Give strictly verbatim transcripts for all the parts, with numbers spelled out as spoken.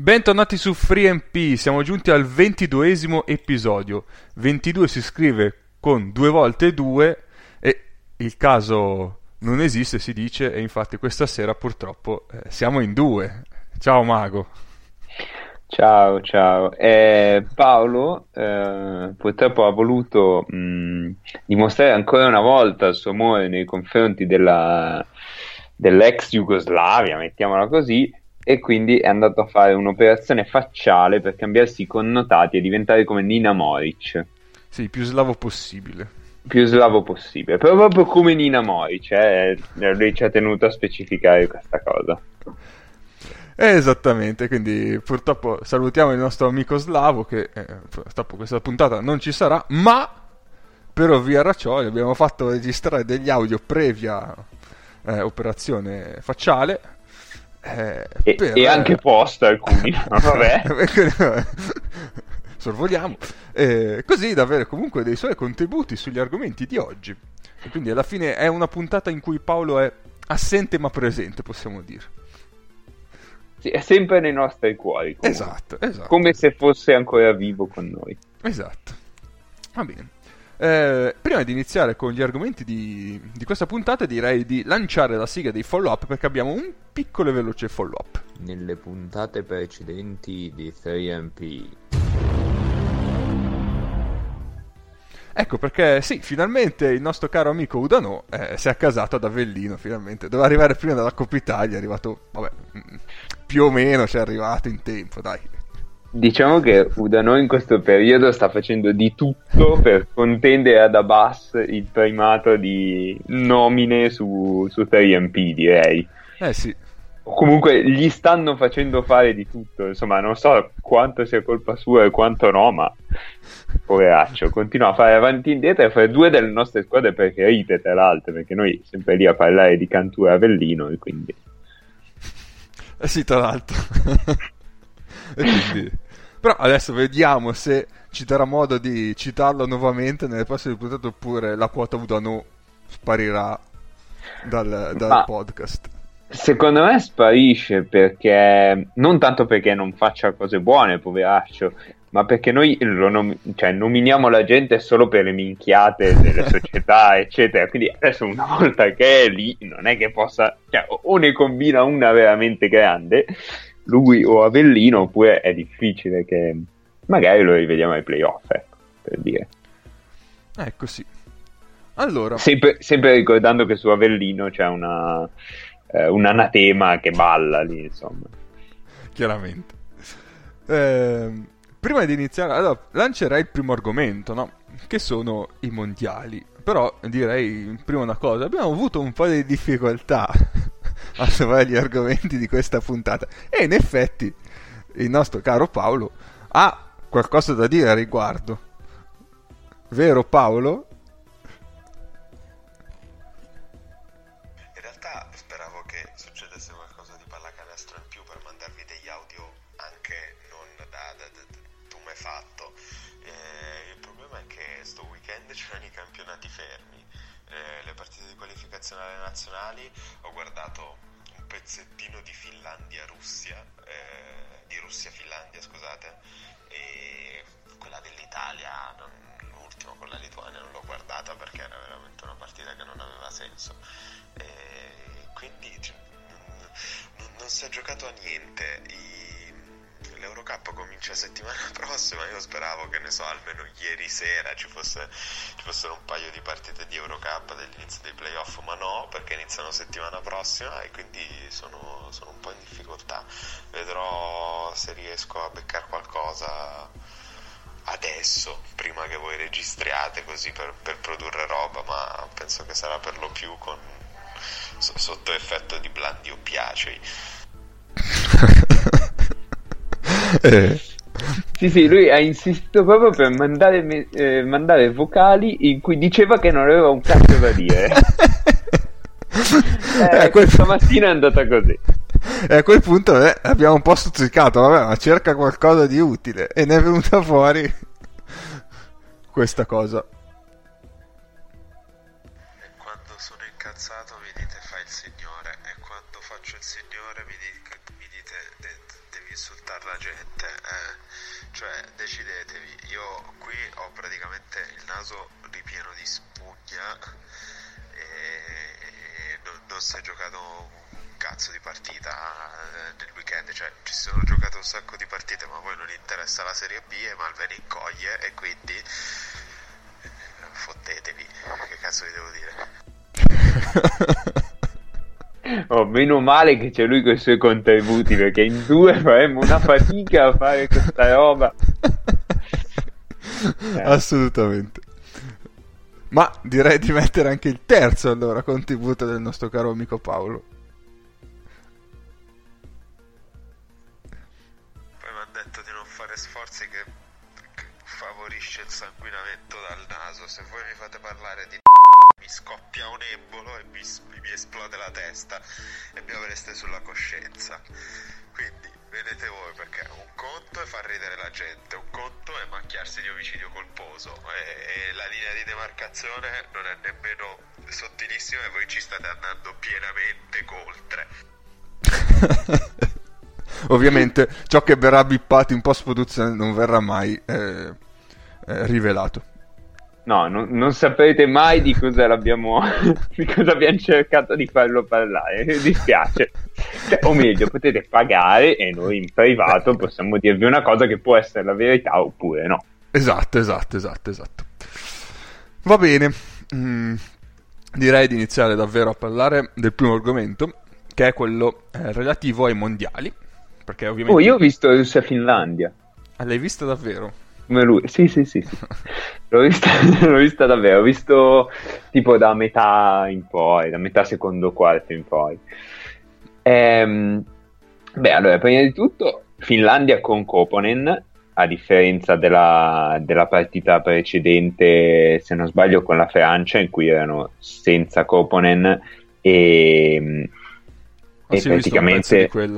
Bentornati su FreeMP, siamo giunti al ventiduesimo episodio. ventidue si scrive con due volte due e il caso non esiste, si dice, e infatti questa sera purtroppo eh, siamo in due. Ciao Mago. Ciao, ciao. Eh, Paolo eh, purtroppo ha voluto mh, dimostrare ancora una volta il suo amore nei confronti della, dell'ex Jugoslavia, mettiamola così, e quindi è andato a fare un'operazione facciale per cambiarsi i connotati e diventare come Nina Moric, Sì, più slavo possibile. più slavo possibile, però proprio come Nina Moric, eh, lui ci ha tenuto a specificare questa cosa. Eh, esattamente, quindi purtroppo salutiamo il nostro amico slavo che eh, purtroppo questa puntata non ci sarà, ma per ovvie ragioni abbiamo fatto registrare degli audio previa eh, operazione facciale eh, E, per e anche post alcuni, ma vabbè. sorvoliamo eh, così da avere comunque dei suoi contributi sugli argomenti di oggi, e quindi alla fine è una puntata in cui Paolo è assente ma presente, possiamo dire. Sì, è sempre nei nostri cuori, comunque. Esatto, esatto. Come se fosse ancora vivo con noi. Esatto. Va bene. Eh, prima di iniziare con gli argomenti di, di questa puntata, direi di lanciare la sigla dei follow up, perché abbiamo un piccolo e veloce follow up. Nelle puntate precedenti di tre M P. Ecco perché sì, finalmente il nostro caro amico Udano eh, si è accasato ad Avellino, finalmente. Doveva arrivare prima dalla Coppa Italia, è arrivato, vabbè, più o meno ci è arrivato in tempo, dai. Diciamo che Udano in questo periodo sta facendo di tutto per contendere ad Abbas il primato di nomine su, su tre M P, direi. Eh sì. O comunque gli stanno facendo fare di tutto, insomma non so quanto sia colpa sua e quanto no, ma poveraccio, continua a fare avanti e indietro e a fare due delle nostre squadre preferite, tra l'altro, perché noi sempre lì a parlare di Cantura Avellino e quindi... Eh sì, tra l'altro. E quindi... Però adesso vediamo se ci darà modo di citarlo nuovamente nelle prossime puntate, oppure la quota Udano sparirà dal, dal Ma... podcast. Secondo me sparisce perché non tanto perché non faccia cose buone, poveraccio, ma perché noi lo nom- cioè, nominiamo la gente solo per le minchiate delle società, eccetera. Quindi adesso una volta che è lì, non è che possa, cioè, o ne combina una veramente grande, lui o Avellino, oppure è difficile che magari lo rivediamo ai playoff, ecco, per dire. Ecco sì. Allora, Sempre, sempre ricordando che su Avellino c'è una... un anatema che balla lì, insomma. chiaramente. Eh, prima di iniziare, allora, lancerei il primo argomento, no? Che sono i mondiali. Però direi prima una cosa: abbiamo avuto un po' di difficoltà a trovare gli argomenti di questa puntata, e in effetti il nostro caro Paolo ha qualcosa da dire a riguardo. Vero Paolo? Fatto. Eh, il problema è che sto weekend c'erano i campionati fermi, eh, le partite di qualificazione alle nazionali. Ho guardato un pezzettino di Finlandia-Russia, eh, di Russia-Finlandia, scusate, e quella dell'Italia, non, l'ultima con la Lituania, non l'ho guardata perché era veramente una partita che non aveva senso. E quindi cioè, non, non si è giocato a niente. I, L'Eurocup comincia settimana prossima. Io speravo che ne so almeno ieri sera ci fosse ci fossero un paio di partite di Eurocup dell'inizio dei playoff, ma no, perché iniziano settimana prossima e quindi sono, sono un po' in difficoltà. Vedrò se riesco a beccare qualcosa adesso prima che voi registriate, così per, per produrre roba, ma penso che sarà per lo più con so, sotto effetto di blandi oppiacei. eh. Sì, sì, lui ha insistito proprio per mandare, me- eh, mandare vocali in cui diceva che non aveva un cazzo da dire. eh, eh, quel... Stamattina è andata così. E a quel punto eh, abbiamo un po' stuzzicato, vabbè, ma cerca qualcosa di utile, e ne è venuta fuori questa cosa. E quando sono incazzato mi dite fai il signore, e quando faccio il signore mi, dico, mi dite de- devi insultare insultare la gente, eh. Cioè, decidetevi. Io qui ho praticamente il naso ripieno di spugna e non, non si è giocato un cazzo di partita nel weekend, cioè ci si sono giocate un sacco di partite, ma poi non interessa la Serie B e Malveni coglie, e quindi fottetevi, che cazzo vi devo dire. Oh, meno male che c'è lui con i suoi contributi, perché in due faremmo una fatica a fare questa roba. Eh. Assolutamente. Ma direi di mettere anche il terzo allora contributo del nostro caro amico Paolo. Poi mi ha detto di non fare sforzi, che, che favorisce il sanguinamento dal naso. Se voi mi fate parlare di mi scoppia un embolo e mi, mi esplode la testa e mi avreste sulla coscienza. Quindi vedete voi, perché un conto è far ridere la gente, un conto è macchiarsi di omicidio colposo, e, e la linea di demarcazione non è nemmeno sottilissima e voi ci state andando pienamente oltre. Ovviamente ciò che verrà bippato in post-produzione non verrà mai eh, eh, rivelato. No, non, non saprete mai di cosa l'abbiamo di cosa abbiamo cercato di farlo parlare, mi dispiace. Cioè, o meglio, potete pagare e noi in privato possiamo dirvi una cosa che può essere la verità oppure no. Esatto, esatto, esatto, esatto. Va bene, mm, direi di iniziare davvero a parlare del primo argomento, che è quello eh, relativo ai mondiali, perché ovviamente... Oh, io ho visto Russia-Finlandia. Ah, l'hai vista davvero? Come lui, sì, sì, sì, sì. L'ho vista, l'ho vista davvero, ho visto tipo da metà in poi, da metà secondo quarto in poi. Ehm, beh, allora, prima di tutto, Finlandia con Koponen, a differenza della, della partita precedente, se non sbaglio, con la Francia, in cui erano senza Koponen e, oh, e sì, praticamente... di quella.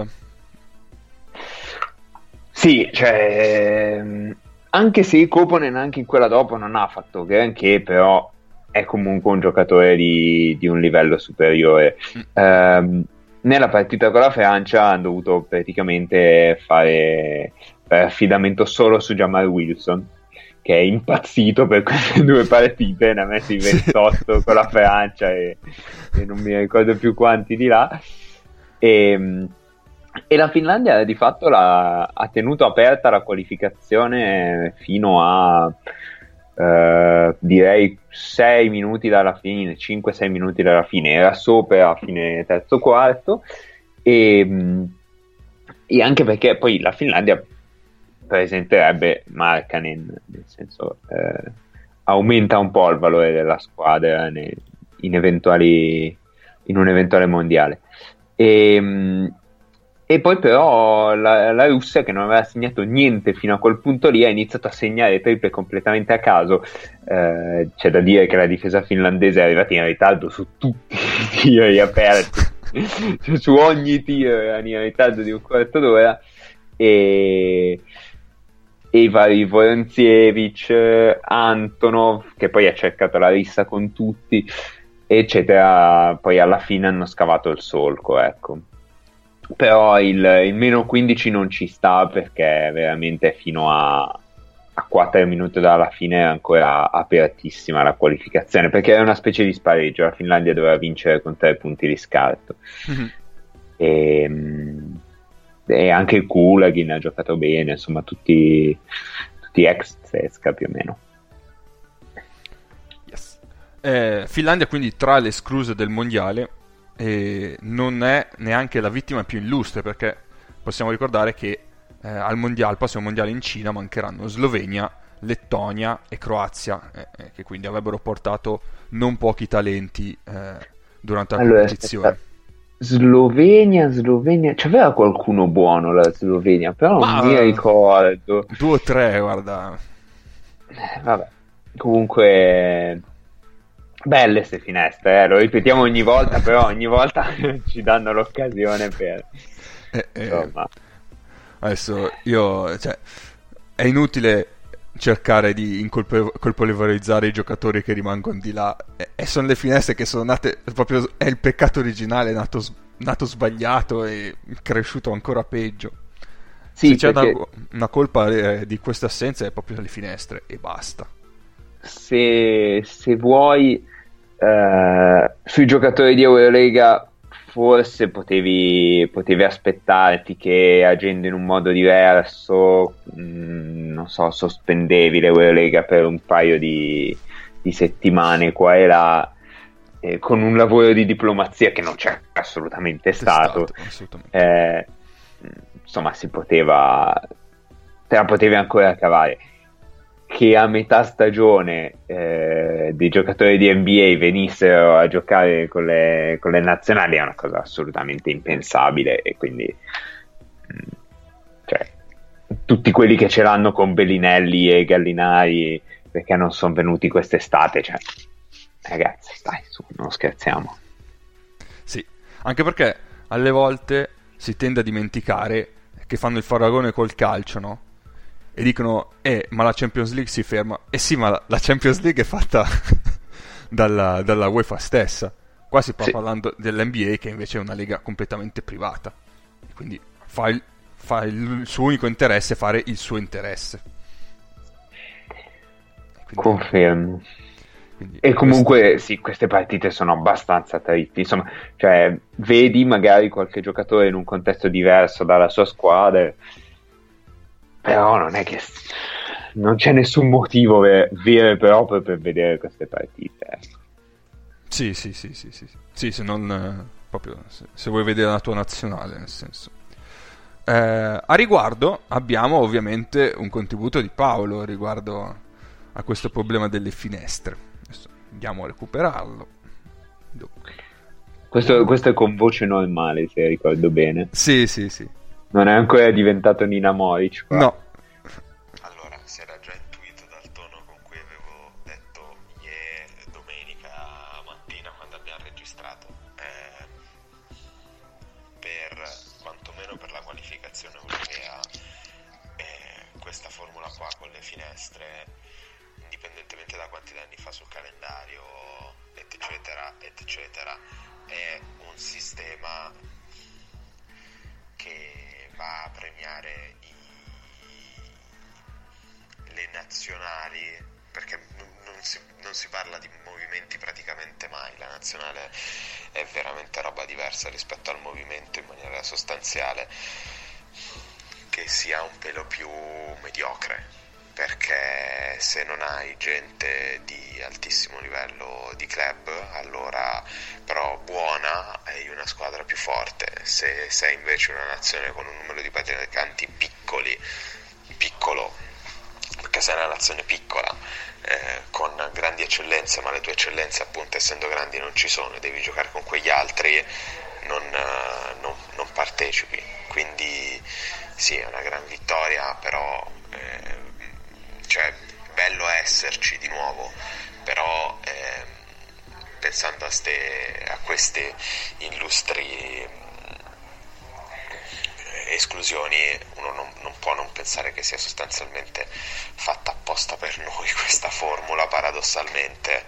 Sì, cioè... Anche se Koponen anche in quella dopo non ha fatto granché, però è comunque un giocatore di, di un livello superiore. Mm. Um, nella partita con la Francia hanno dovuto praticamente fare, fare affidamento solo su Jamal Wilson, che è impazzito per queste due partite, ne ha messi ventotto con la Francia e, e non mi ricordo più quanti di là. E... E la Finlandia di fatto l'ha, ha tenuto aperta la qualificazione fino a eh, direi sei minuti dalla fine, cinque sei minuti dalla fine, era sopra a fine terzo quarto e, e anche perché poi la Finlandia presenterebbe Markkanen, nel senso eh, aumenta un po' il valore della squadra ne, in, eventuali, in un eventuale mondiale. E E poi però la, la Russia, che non aveva segnato niente fino a quel punto lì, ha iniziato a segnare triple completamente a caso. Eh, c'è da dire che la difesa finlandese è arrivata in ritardo su tutti i tiri aperti, cioè, su ogni tiro era in ritardo di un quarto d'ora, e, e i vari Voronziewicz, Antonov, che poi ha cercato la rissa con tutti, eccetera, poi alla fine hanno scavato il solco, ecco. Però il, il meno quindici non ci sta, perché veramente fino a, a quattro minuti dalla fine è ancora apertissima la qualificazione, perché è una specie di spareggio, la Finlandia doveva vincere con tre punti di scarto. Mm-hmm. e, e anche il Kulagin ha giocato bene, insomma tutti, tutti ex Zvezda più o meno. Yes. eh, Finlandia quindi tra le escluse del mondiale, e non è neanche la vittima più illustre, perché possiamo ricordare che eh, al mondiale, al prossimo mondiale in Cina mancheranno Slovenia, Lettonia e Croazia, eh, eh, che quindi avrebbero portato non pochi talenti eh, durante la allora, competizione. Aspetta. Slovenia, Slovenia, c'aveva qualcuno buono la Slovenia, però Ma, non mi ricordo. Due o tre, guarda. Eh, vabbè, comunque... Belle ste finestre, eh? Lo ripetiamo ogni volta, però ogni volta ci danno l'occasione per... Eh, eh, adesso io... Cioè, è inutile cercare di incolpevolizzare i giocatori che rimangono di là, e, e sono le finestre che sono nate proprio... È il peccato originale nato, nato sbagliato e cresciuto ancora peggio. Sì, Se c'è perché una, una colpa eh, di questa assenza è proprio le finestre e basta. se, se vuoi, eh, sui giocatori di Eurolega forse potevi, potevi aspettarti che agendo in un modo diverso, mh, non so, sospendevi l'Eurolega per un paio di, di settimane qua e là, eh, con un lavoro di diplomazia che non c'è assolutamente stato. Testato, assolutamente. Eh, insomma, si poteva, te la potevi ancora cavare. Che a metà stagione eh, dei giocatori di N B A venissero a giocare con le, con le nazionali è una cosa assolutamente impensabile, e quindi mh, cioè, tutti quelli che ce l'hanno con Bellinelli e Gallinari perché non sono venuti quest'estate, cioè ragazzi, dai, su, non scherziamo. Sì, anche perché alle volte si tende a dimenticare che fanno il paragone col calcio, no? E dicono, eh, ma la Champions League si ferma. Eh sì, ma la, la Champions League è fatta dalla, dalla UEFA stessa. Qua si sta Sì. parlando dell'N B A, che invece è una lega completamente privata. Quindi fa il, fa il, il suo unico interesse fare il suo interesse. Quindi, Confermo. quindi E comunque questo- sì, queste partite sono abbastanza tristi, insomma, cioè vedi magari qualche giocatore in un contesto diverso dalla sua squadra, però non è che non c'è nessun motivo ve- vero e proprio per vedere queste partite. ecco. Sì, sì, sì, sì, sì, sì. Sì, se non eh, proprio se, se vuoi vedere la tua nazionale, nel senso. Eh, a riguardo abbiamo ovviamente un contributo di Paolo riguardo a questo problema delle finestre. Adesso andiamo a recuperarlo. Dunque. Questo, questo è con voce normale, se ricordo bene. Sì, sì, sì. Non è ancora diventato Nina Moric qua. No. Allora, si era già intuito dal tono con cui avevo detto ieri, domenica mattina, quando abbiamo registrato, eh, per quantomeno per la qualificazione europea, eh, questa formula qua con le finestre, indipendentemente da quanti danni fa sul calendario, eccetera, eccetera, è un sistema che va a premiare i, le nazionali, perché non, non, si, non si parla di movimenti praticamente mai. La nazionale è veramente roba diversa rispetto al movimento in maniera sostanziale, che sia un pelo più mediocre, perché se non hai gente di altissimo livello di club, allora però buona, hai una squadra più forte. Se sei invece una nazione con un numero di praticanti piccoli, piccolo, perché sei una nazione piccola, eh, con grandi eccellenze, ma le tue eccellenze appunto essendo grandi non ci sono, devi giocare con quegli altri, non, eh, non, non partecipi. Quindi sì, è una gran vittoria, però eh, cioè bello esserci di nuovo, però eh, pensando a, ste, a queste illustri esclusioni, uno non, non può non pensare che sia sostanzialmente fatta apposta per noi questa formula, paradossalmente,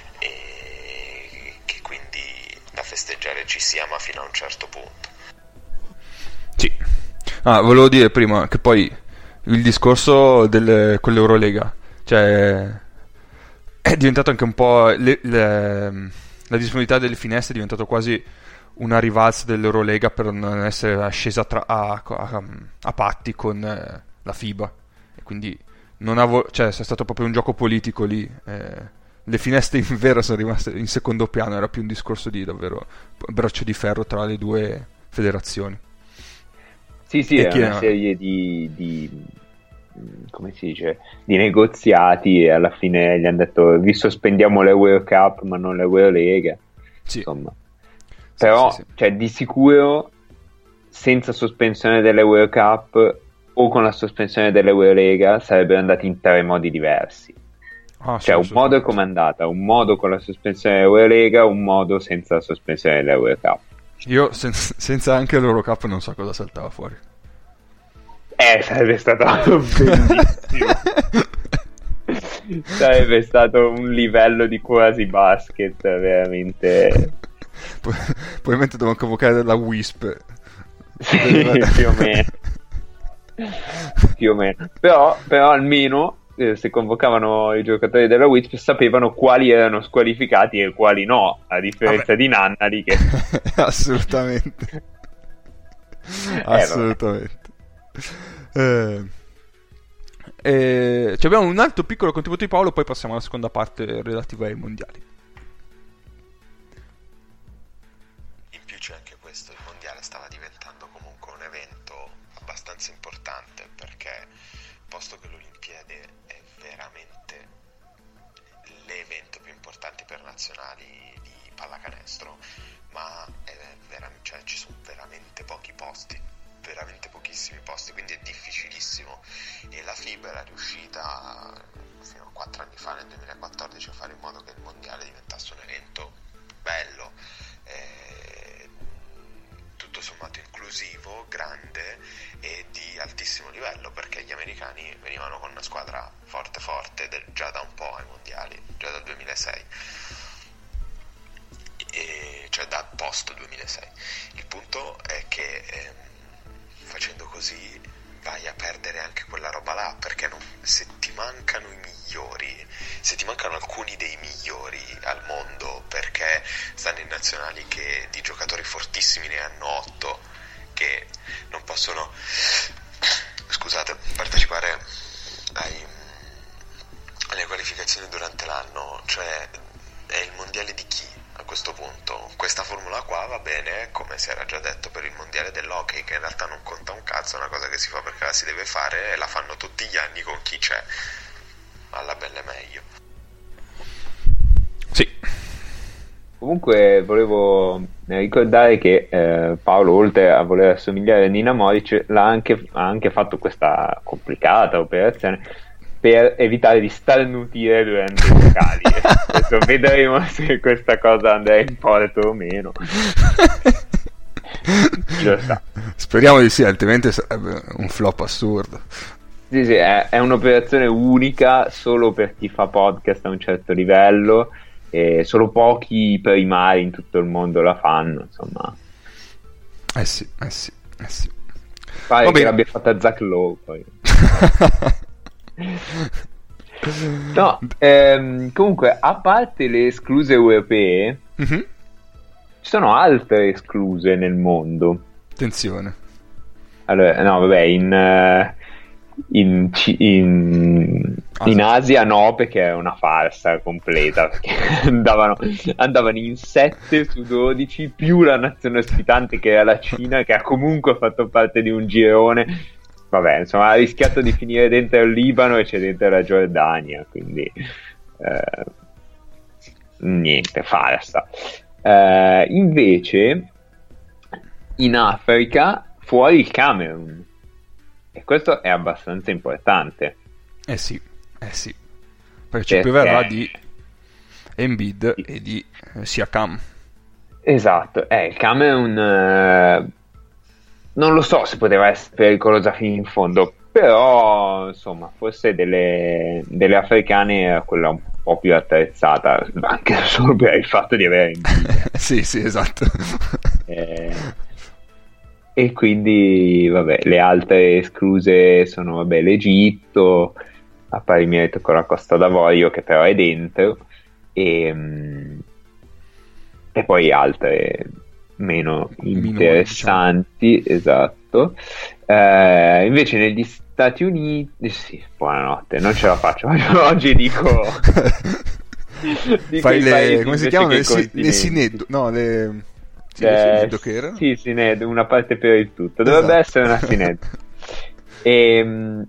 e che quindi da festeggiare ci sia, ma fino a un certo punto. Sì. Ah, volevo dire prima che poi il discorso del, con l'Eurolega, cioè è diventato anche un po' le, le, la disponibilità delle finestre è diventato quasi una rivalsa dell'Eurolega per non essere scesa tra, a, a, a patti con eh, la FIBA, e quindi non ha vo- cioè è stato proprio un gioco politico lì. Eh, le finestre in vero sono rimaste in secondo piano, era più un discorso di davvero braccio di ferro tra le due federazioni. Sì, sì, E è chi una è? serie di, di come si dice, di negoziati, e alla fine gli hanno detto vi sospendiamo l'Euro Cup ma non l'Eurolega, Sì. insomma. Sì, Però, sì, sì. cioè, di sicuro senza sospensione dell'Euro Cup o con la sospensione dell'Eurolega sarebbero andati in tre modi diversi. Ah, sì, Cioè, un modo è assolutamente. come è andata, un modo con la sospensione dell'Eurolega, un modo senza la sospensione dell'Euro Cup. Io sen- senza anche l'Eurocup non so cosa saltava fuori. Eh, sarebbe stato bellissimo. Sarebbe stato un livello di quasi basket veramente. Poi- Probabilmente devono convocare la Wisp. Sì, più o meno. più o meno. Però, però almeno eh, se convocavano i giocatori della Wisp sapevano quali erano squalificati e quali no, a differenza Vabbè. di Nannali che Assolutamente. Assolutamente. Eh, eh, ci abbiamo un altro piccolo contributo di Paolo, poi passiamo alla seconda parte relativa ai mondiali. In più c'è anche questo, il mondiale stava diventando comunque un evento abbastanza importante, perché posto che l'Olimpiade è veramente l'evento più importante per nazionali di pallacanestro, ma è vera- cioè, ci sono veramente pochi posti, veramente pochissimi posti, quindi è difficilissimo, e la FIBA era riuscita fino a quattro anni fa, nel duemilaquattordici, a fare in modo che il mondiale diventasse un evento bello, eh, tutto sommato inclusivo, grande e di altissimo livello, perché gli americani venivano con una squadra forte forte del, già da un po' ai mondiali, già dal duemilasei, e, cioè da post duemilasei. Il punto è che ehm, facendo così vai a perdere anche quella roba là, perché non, se ti mancano i migliori, se ti mancano alcuni dei migliori al mondo, perché stanno in nazionali che di giocatori fortissimi ne hanno otto che non possono, scusate, partecipare ai, alle qualificazioni durante l'anno, cioè è il mondiale di chi a questo punto? Questa formula qua va bene, come si era già detto, per il mondiale dell'hockey, che in realtà non conta un cazzo, è una cosa che si fa perché la si deve fare, e la fanno tutti gli anni con chi c'è, alla belle meglio. Sì. Comunque volevo ricordare che eh, Paolo, oltre a voler assomigliare a Nina Moric, l'ha anche, ha anche fatto questa complicata operazione per evitare di starnutire durante i vocali. Adesso vedremo se questa cosa andrà in porto o meno. Chi lo sa. Speriamo di sì, altrimenti sarebbe un flop assurdo. Sì, sì, è, è un'operazione unica solo per chi fa podcast a un certo livello, e solo pochi primari in tutto il mondo la fanno, insomma. Eh sì, eh sì, eh sì. Pare Va che bene. l'abbia fatta Zach Lowe poi. No, ehm, comunque, a parte le escluse europee, Mhm. ci sono altre escluse nel mondo. Attenzione. Allora, no, vabbè, in, eh, in, Ci- in, in Asia no, perché è una farsa completa, perché andavano, andavano in sette su dodici, più la nazione ospitante che era la Cina, che ha comunque fatto parte di un girone. Vabbè, insomma, ha rischiato di finire dentro il Libano e c'è dentro la Giordania, quindi eh, niente, farsa. Eh, invece, in Africa, fuori il Camerun, e questo è abbastanza importante. Eh sì, eh sì. Perché ci Perché- pioverà di Embiid e di eh, Siakam. Esatto, eh, il Camerun eh, non lo so se poteva essere pericolosa fino in fondo, però insomma forse delle, delle africane era quella un po' più attrezzata, anche solo per il fatto di avere Embiid. Sì, sì, esatto. Eh, e quindi vabbè, le altre escluse sono vabbè, l'Egitto, a pari merito con la Costa d'Avorio che però è dentro, e, mm, e poi altre meno Minori, interessanti, esatto. Eh, invece negli Stati Uniti, sì, buonanotte, non ce la faccio. Oggi dico, dico Fai i le, paesi come si invece chiamano? che Le, i si- le continenti. Sinedo. No, le... Sì, le Eh, Sinedo che erano? sì, Sinedo, una parte per il tutto. Dovrebbe Esatto. essere una Sinedo. Ehm,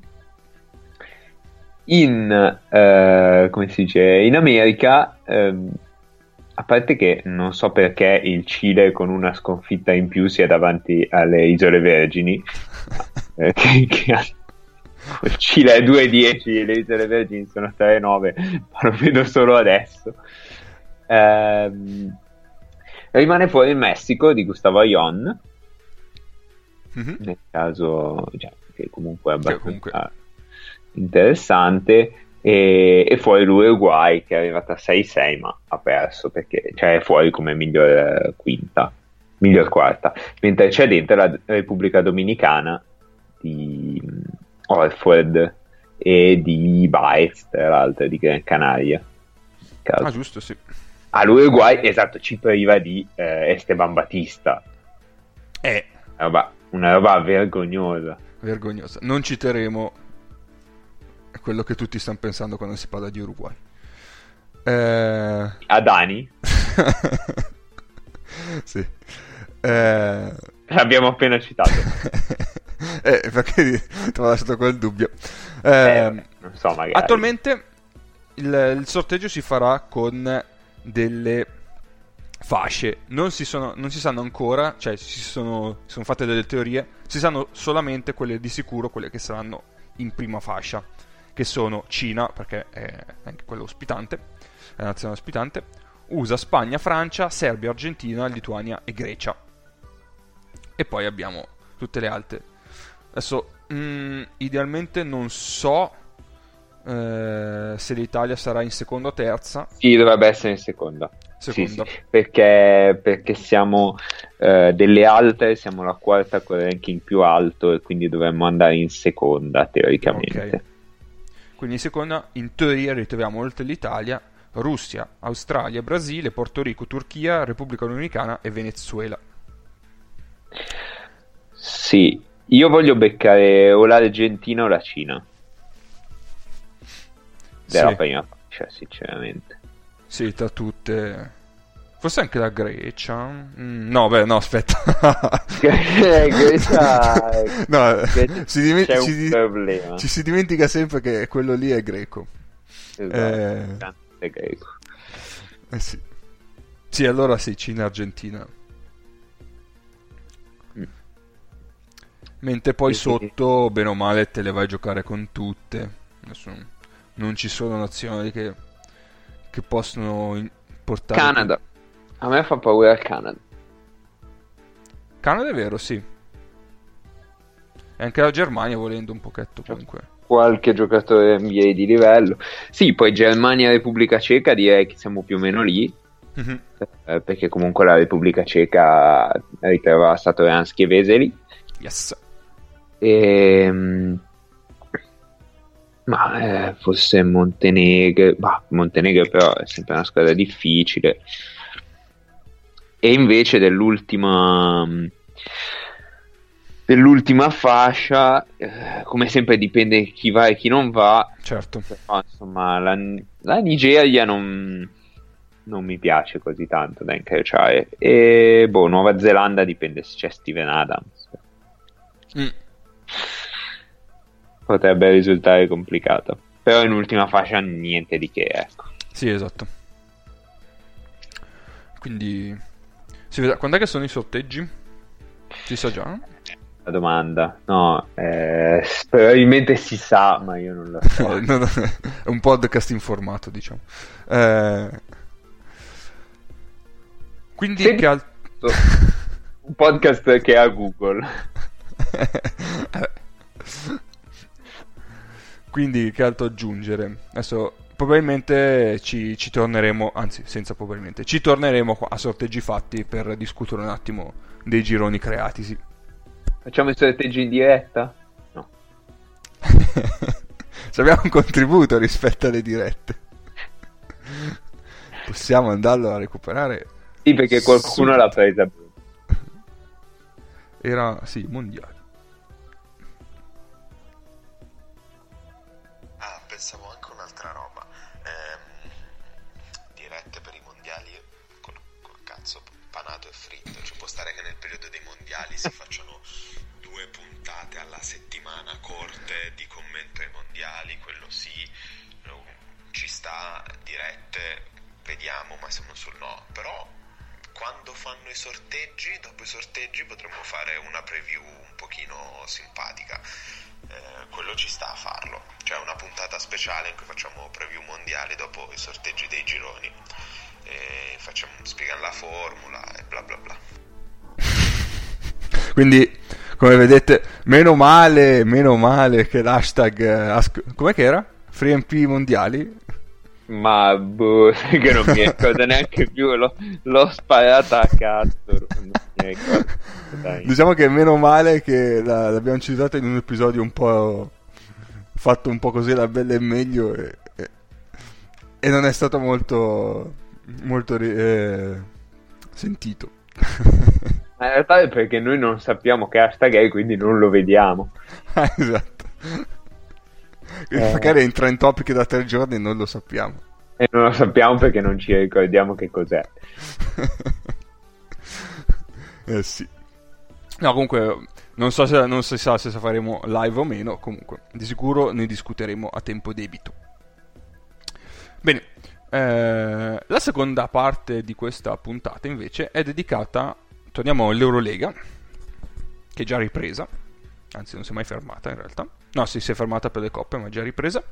in eh, come si dice, in America, ehm, a parte che non so perché il Cile con una sconfitta in più sia davanti alle Isole Vergini, eh, che, che ha- il Cile è due a dieci e le Isole Vergini sono tre a nove, ma lo vedo solo adesso. Ehm, rimane fuori il Messico di Gustavo Ayón, Mhm. nel caso, cioè, che comunque è Che abbastanza comunque- interessante, e, e fuori l'Uruguay che è arrivata a sei sei ma ha perso perché cioè è fuori come miglior eh, quinta, miglior quarta, mentre c'è dentro la Repubblica Dominicana di, Horford e di Baez, tra l'altro, di Gran Canaria. Cazzo. Ah, giusto, sì. All'Uruguay, esatto, ci priva di eh, Esteban Batista. È Una roba, una roba vergognosa. vergognosa. Non citeremo quello che tutti stanno pensando quando si parla di Uruguay. Eh... Adani? Sì. Eh... L'abbiamo appena citato. eh, perché ti ho lasciato quel dubbio. Eh, Eh, non so, magari. Attualmente il, il sorteggio si farà con delle fasce. Non si, sono, non si sanno ancora, cioè si sono, si sono fatte delle teorie, si sanno solamente quelle di sicuro, quelle che saranno in prima fascia, che sono Cina, perché è anche quella ospitante, è la nazione ospitante, U S A, Spagna, Francia, Serbia, Argentina, Lituania e Grecia. E poi abbiamo tutte le altre. Adesso, mh, idealmente non so eh, se l'Italia sarà in seconda o terza. Sì, dovrebbe essere in seconda. Seconda. Sì, sì, perché, perché siamo eh, delle altre, siamo la quarta con il ranking più alto e quindi dovremmo andare in seconda teoricamente. Ok. Quindi in seconda, in teoria, ritroviamo oltre l'Italia Russia, Australia, Brasile, Porto Rico, Turchia, Repubblica Dominicana e Venezuela. Sì, io voglio beccare o l'Argentina o la Cina della Sì. prima fascia, sinceramente. Sì, tra tutte. Forse anche la Grecia. Mm, no, beh, no, aspetta. Grecia, No, Grecia si dime- c'è si un di- problema. ci si dimentica sempre che quello lì è greco. Esatto, Eh. grande greco. Eh sì. Sì, allora sì, Cina, Argentina. Mm. Mentre poi Sì, sì. sotto, bene o male, te le vai a giocare con tutte. Adesso non ci sono nazioni che, che possono in- portare... Canada. A me fa paura il Canada. Canada è vero, sì. E anche la Germania volendo un pochetto comunque. Qualche giocatore N B A di livello. Sì, poi Germania e Repubblica Ceca direi che siamo più o meno lì, Mhm. eh, perché comunque la Repubblica Ceca ritrova Satoransky e Vesely. Yes. E, ma eh, forse Montenegro, bah, Montenegro però è sempre una squadra difficile. E invece dell'ultima dell'ultima fascia, eh, come sempre dipende chi va e chi non va. Certo. Però, insomma, la, la Nigeria non, non mi piace così tanto da incrociare. E boh, Nuova Zelanda dipende se c'è Steven Adams. Mm. Potrebbe risultare complicato. Però in ultima fascia niente di che, ecco. Sì, esatto. Quindi si vedrà. Quando è che sono i sorteggi? Si sa già? La domanda. No, eh, probabilmente si sa, ma io non lo so. No, no, è un podcast informato, diciamo. Eh, quindi Senti- che al... Un podcast che ha Google. Eh. Quindi che altro aggiungere? Adesso probabilmente ci, ci torneremo, anzi senza probabilmente, ci torneremo qua a sorteggi fatti per discutere un attimo dei gironi creatisi. Facciamo i sorteggi in diretta? No. Ci abbiamo un contributo rispetto alle dirette. Possiamo andarlo a recuperare. Sì, perché qualcuno Subito. l'ha presa. Era, sì, mondiale. Ah, pensavo anche un'altra roba. Ehm, dirette per i mondiali col, col cazzo panato e fritto. Ci può stare che nel periodo dei mondiali si facciano due puntate alla settimana corte di commento ai mondiali, quello sì, ci sta, dirette, vediamo, ma siamo sul no. Però quando fanno i sorteggi, dopo i sorteggi potremmo fare una preview un pochino simpatica. Eh, quello ci sta a farlo, cioè una puntata speciale in cui facciamo preview mondiali dopo i sorteggi dei gironi, e facciamo, spiegano la formula e bla bla bla. Quindi, come vedete, meno male, meno male che l'hashtag... eh, asc- com'è che era? Free M P mondiali? Ma boh, che non mi ricordo neanche più, l'ho, l'ho sparata a cazzo. Non mi ricordo. Dai. Diciamo che meno male che la- l'abbiamo citata in un episodio un po', fatto un po' così la bella e meglio e, e, e non è stato molto molto eh, sentito. Ma in realtà è perché noi non sappiamo che hashtag è, quindi non lo vediamo. Ah, esatto. Eh. Magari è in trend topic da tre giorni e non lo sappiamo. E non lo sappiamo perché non ci ricordiamo che cos'è. Eh sì. No, comunque non so se non si sa se faremo live o meno, comunque di sicuro ne discuteremo a tempo debito. Bene, eh, la seconda parte di questa puntata invece è dedicata, torniamo all'Eurolega, che è già ripresa, anzi non si è mai fermata in realtà. No, sì, si è fermata per le coppe, ma è già ripresa.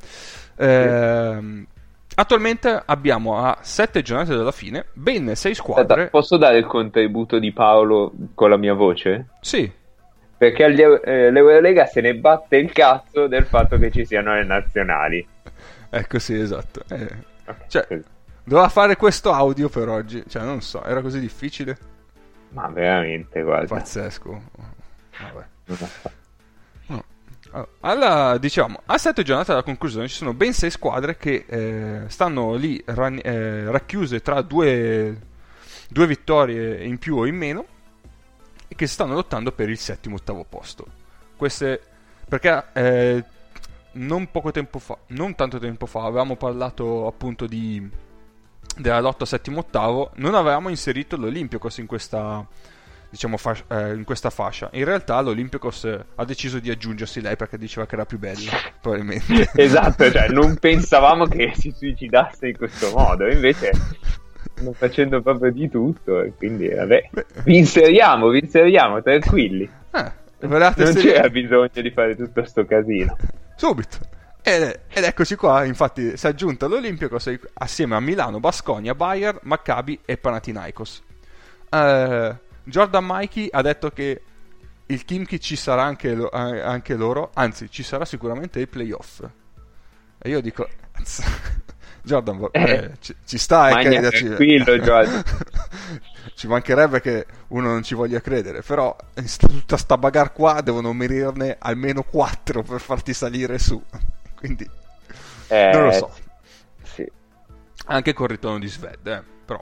Eh, Attualmente abbiamo a sette giornate dalla fine ben sei squadre. Aspetta, posso dare il contributo di Paolo con la mia voce? Sì. Perché agli, eh, l'Eurolega se ne batte il cazzo del fatto che ci siano le nazionali. Ecco, sì, esatto. Eh, Okay, cioè, così. doveva fare questo audio per oggi. Cioè, non so, era così difficile? Ma veramente, guarda. Pazzesco. Vabbè. Non lo so. No. Allora, diciamo, a sette giornate dalla conclusione ci sono ben sei squadre che eh, stanno lì ran- eh, racchiuse tra due, due vittorie in più o in meno e che stanno lottando per il settimo ottavo posto. Queste perché eh, non poco tempo fa, non tanto tempo fa, avevamo parlato appunto di della lotta settimo ottavo, non avevamo inserito l'Olympiacos in questa diciamo fas- eh, in questa fascia. In realtà l'Olympiacos eh, ha deciso di aggiungersi lei perché diceva che era più bella, probabilmente. Esatto, cioè non pensavamo che si suicidasse in questo modo, invece stanno facendo proprio di tutto e quindi vabbè, vi inseriamo, vi inseriamo, tranquilli. Eh, volevate Non essere- c'era bisogno di fare tutto sto casino. subito. Ed, ed eccoci qua, infatti si è aggiunta l'Olympiacos assieme a Milano, Baskonia, Bayern, Maccabi e Panathinaikos. Eh, Jordan Mikey ha detto che il Khimki ci sarà anche, lo- eh, anche loro, anzi ci sarà sicuramente il playoff. E io dico, Jordan, va- Eh, eh, ci, ci sta, eh, magna crederci. tranquillo, Jordan. Ci mancherebbe che uno non ci voglia credere, però in sta- tutta sta bagarre qua devono merirne almeno quattro per farti salire su. Quindi Eh, non lo so. sì. Anche col ritorno di Sved, eh, però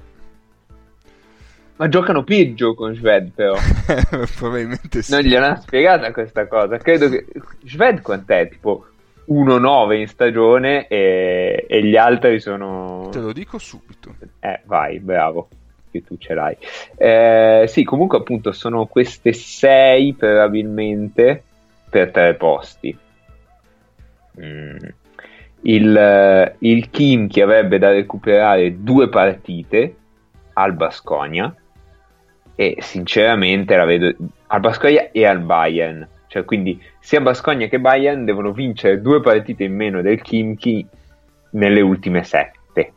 Ma giocano peggio con Sved, però. probabilmente sì. Non gliel'hanno spiegata questa cosa. Credo che Sved quant'è? Tipo uno nove in stagione e, e gli altri sono... Te lo dico subito. Eh, vai, bravo, che tu ce l'hai. Eh, sì, comunque appunto sono queste sei probabilmente per tre posti. Mm. Il, il Kim che avrebbe da recuperare due partite al Baskonia e sinceramente la vedo al Baskonia e al Bayern, cioè quindi sia Baskonia che Bayern devono vincere due partite in meno del Khimki nelle ultime sette.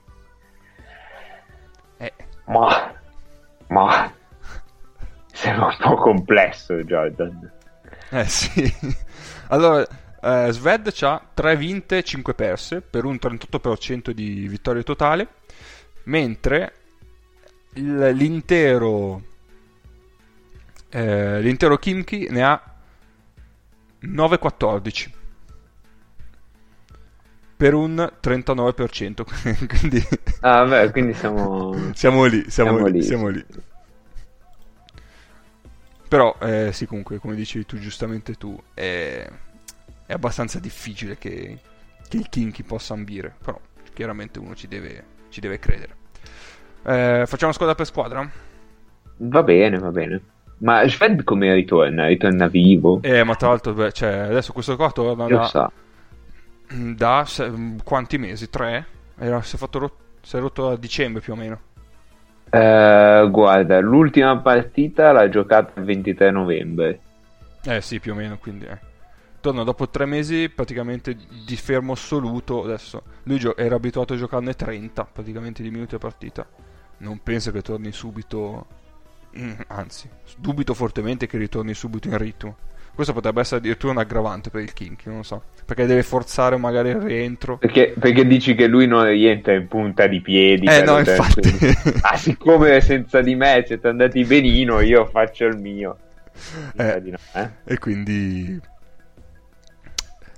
Eh, Ma ma sembra un po' complesso, Jordan. eh sì. Allora, eh, Sved c'ha tre vinte e cinque perse per un trentotto per cento di vittorie totale, mentre il- l'intero eh, l'intero Khimki ne ha nove quattordici per un trentanove per cento. Quindi Ah, vabbè, quindi siamo siamo lì, siamo, Siamo lì, lì, siamo sì. lì. Però eh, sì, comunque, come dicevi tu giustamente tu, è, è abbastanza difficile che, che il Khimki possa ambire, però chiaramente uno ci deve, ci deve credere. Eh, facciamo squadra per squadra? Va bene, va bene. Ma Sved come ritorna? Ritorna vivo? Eh, ma tra l'altro, beh, cioè, adesso questo qua torna Lo da, so. da se- quanti mesi? Tre? Era, si è fatto rot- si è rotto a dicembre più o meno. Eh, guarda, l'ultima partita l'ha giocata il ventitré novembre. Eh sì, più o meno, quindi eh. Torna dopo tre mesi praticamente di fermo assoluto. Adesso lui gio- era abituato a giocarne trenta praticamente di minuti a partita. Non penso che torni subito, mm, anzi dubito fortemente che ritorni subito in ritmo. Questo potrebbe essere addirittura un aggravante per il Khimki, non lo so, perché deve forzare magari il rientro. Perché, perché dici che lui non rientra in punta di piedi? Eh per no, lo infatti. tempo. Ah, siccome senza di me siete andati benino, io faccio il mio. Eh, Di no, eh? E quindi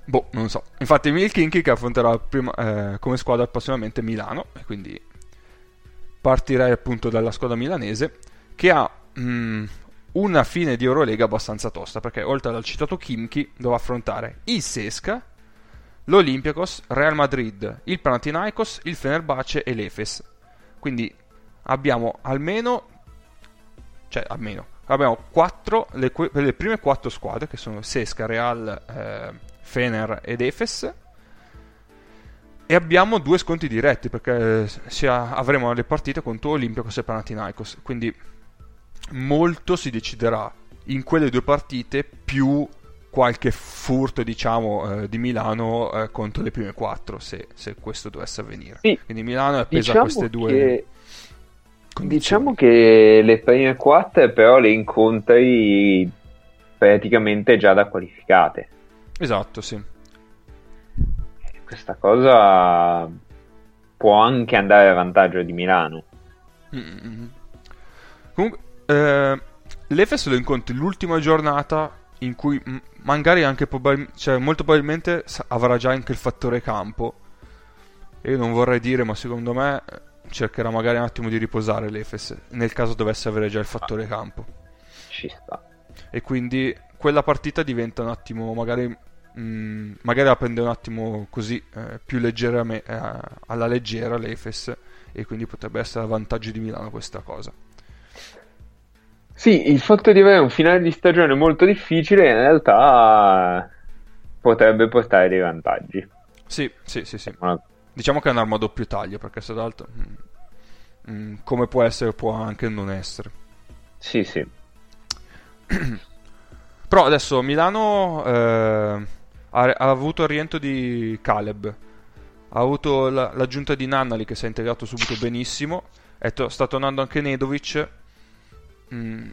Boh, non so. Infatti il Khimki che affronterà prima, eh, come squadra prossimamente Milano, e quindi partirei appunto dalla squadra milanese, che ha mh, una fine di Eurolega abbastanza tosta, perché oltre al citato Khimki dovrà affrontare il Sesca, l'Olympiakos, Real Madrid, il Panathinaikos, il Fenerbahce e l'Efes. Quindi abbiamo almeno, cioè almeno, abbiamo quattro, le, le prime quattro squadre che sono Sesca, Real, eh, Fener ed Efes, e abbiamo due sconti diretti perché sia, avremo le partite contro Olympiakos e Panathinaikos, quindi molto si deciderà in quelle due partite, più qualche furto diciamo eh, di Milano eh, contro le prime quattro, se, se questo dovesse avvenire. Sì, quindi Milano è appesa diciamo a queste due che, condizioni. diciamo che le prime quattro però le incontri praticamente già da qualificate. Esatto, sì. Questa cosa può anche andare a vantaggio di Milano. Mm-hmm. Comunque eh, l'Efes lo incontri l'ultima giornata in cui m- magari anche probab- cioè molto probabilmente sa- avrà già anche il fattore campo. E io non vorrei dire, ma secondo me cercherà magari un attimo di riposare l'Efes nel caso dovesse avere già il fattore campo. Ci sta. E quindi quella partita diventa un attimo magari mh, magari la prende un attimo così eh, più leggeramente eh, alla leggera l'Efes, e quindi potrebbe essere a vantaggio di Milano questa cosa. Sì, il fatto di avere un finale di stagione molto difficile in realtà potrebbe portare dei vantaggi. Sì, sì, sì, sì. Ma- Diciamo che è un'arma a doppio taglio, perché se d'altro mh, mh, come può essere può anche non essere. Sì, sì. Però adesso Milano eh, ha, ha avuto il rientro di Caleb, ha avuto la, l'aggiunta di Nannali che si è integrato subito benissimo, è to- sta tornando anche Nedovic. Mm.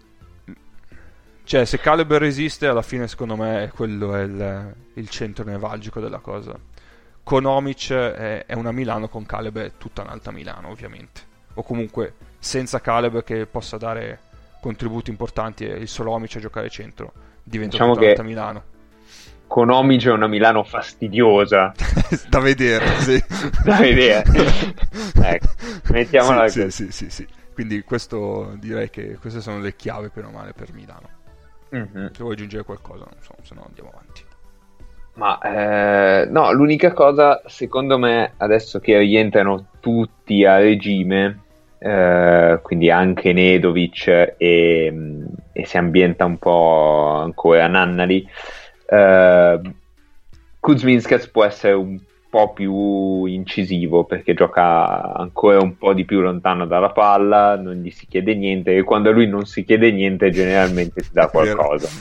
Cioè, se Caleb resiste, alla fine secondo me quello è il, il centro nevralgico della cosa. Con Omic è, è una Milano, con Caleb è tutta un'altra Milano, ovviamente. O comunque senza Caleb che possa dare contributi importanti e il solo Omic a giocare centro, diventa Diciamo tutta che un'altra Milano. Con Omic è una Milano fastidiosa Da vedere, sì. da vedere. Ecco, mettiamola sì, così. sì, sì, sì, sì. Quindi questo, direi che queste sono le chiavi per o male per Milano. Mhm. Se vuoi aggiungere qualcosa, non so, se no andiamo avanti. Ma eh, no, l'unica cosa, secondo me, adesso che rientrano tutti a regime, eh, quindi anche Nedovic e, e si ambienta un po' ancora Nannali, eh, Kuzminskas può essere un po' più incisivo perché gioca ancora un po' di più lontano dalla palla, non gli si chiede niente, e quando a lui non si chiede niente generalmente si dà qualcosa.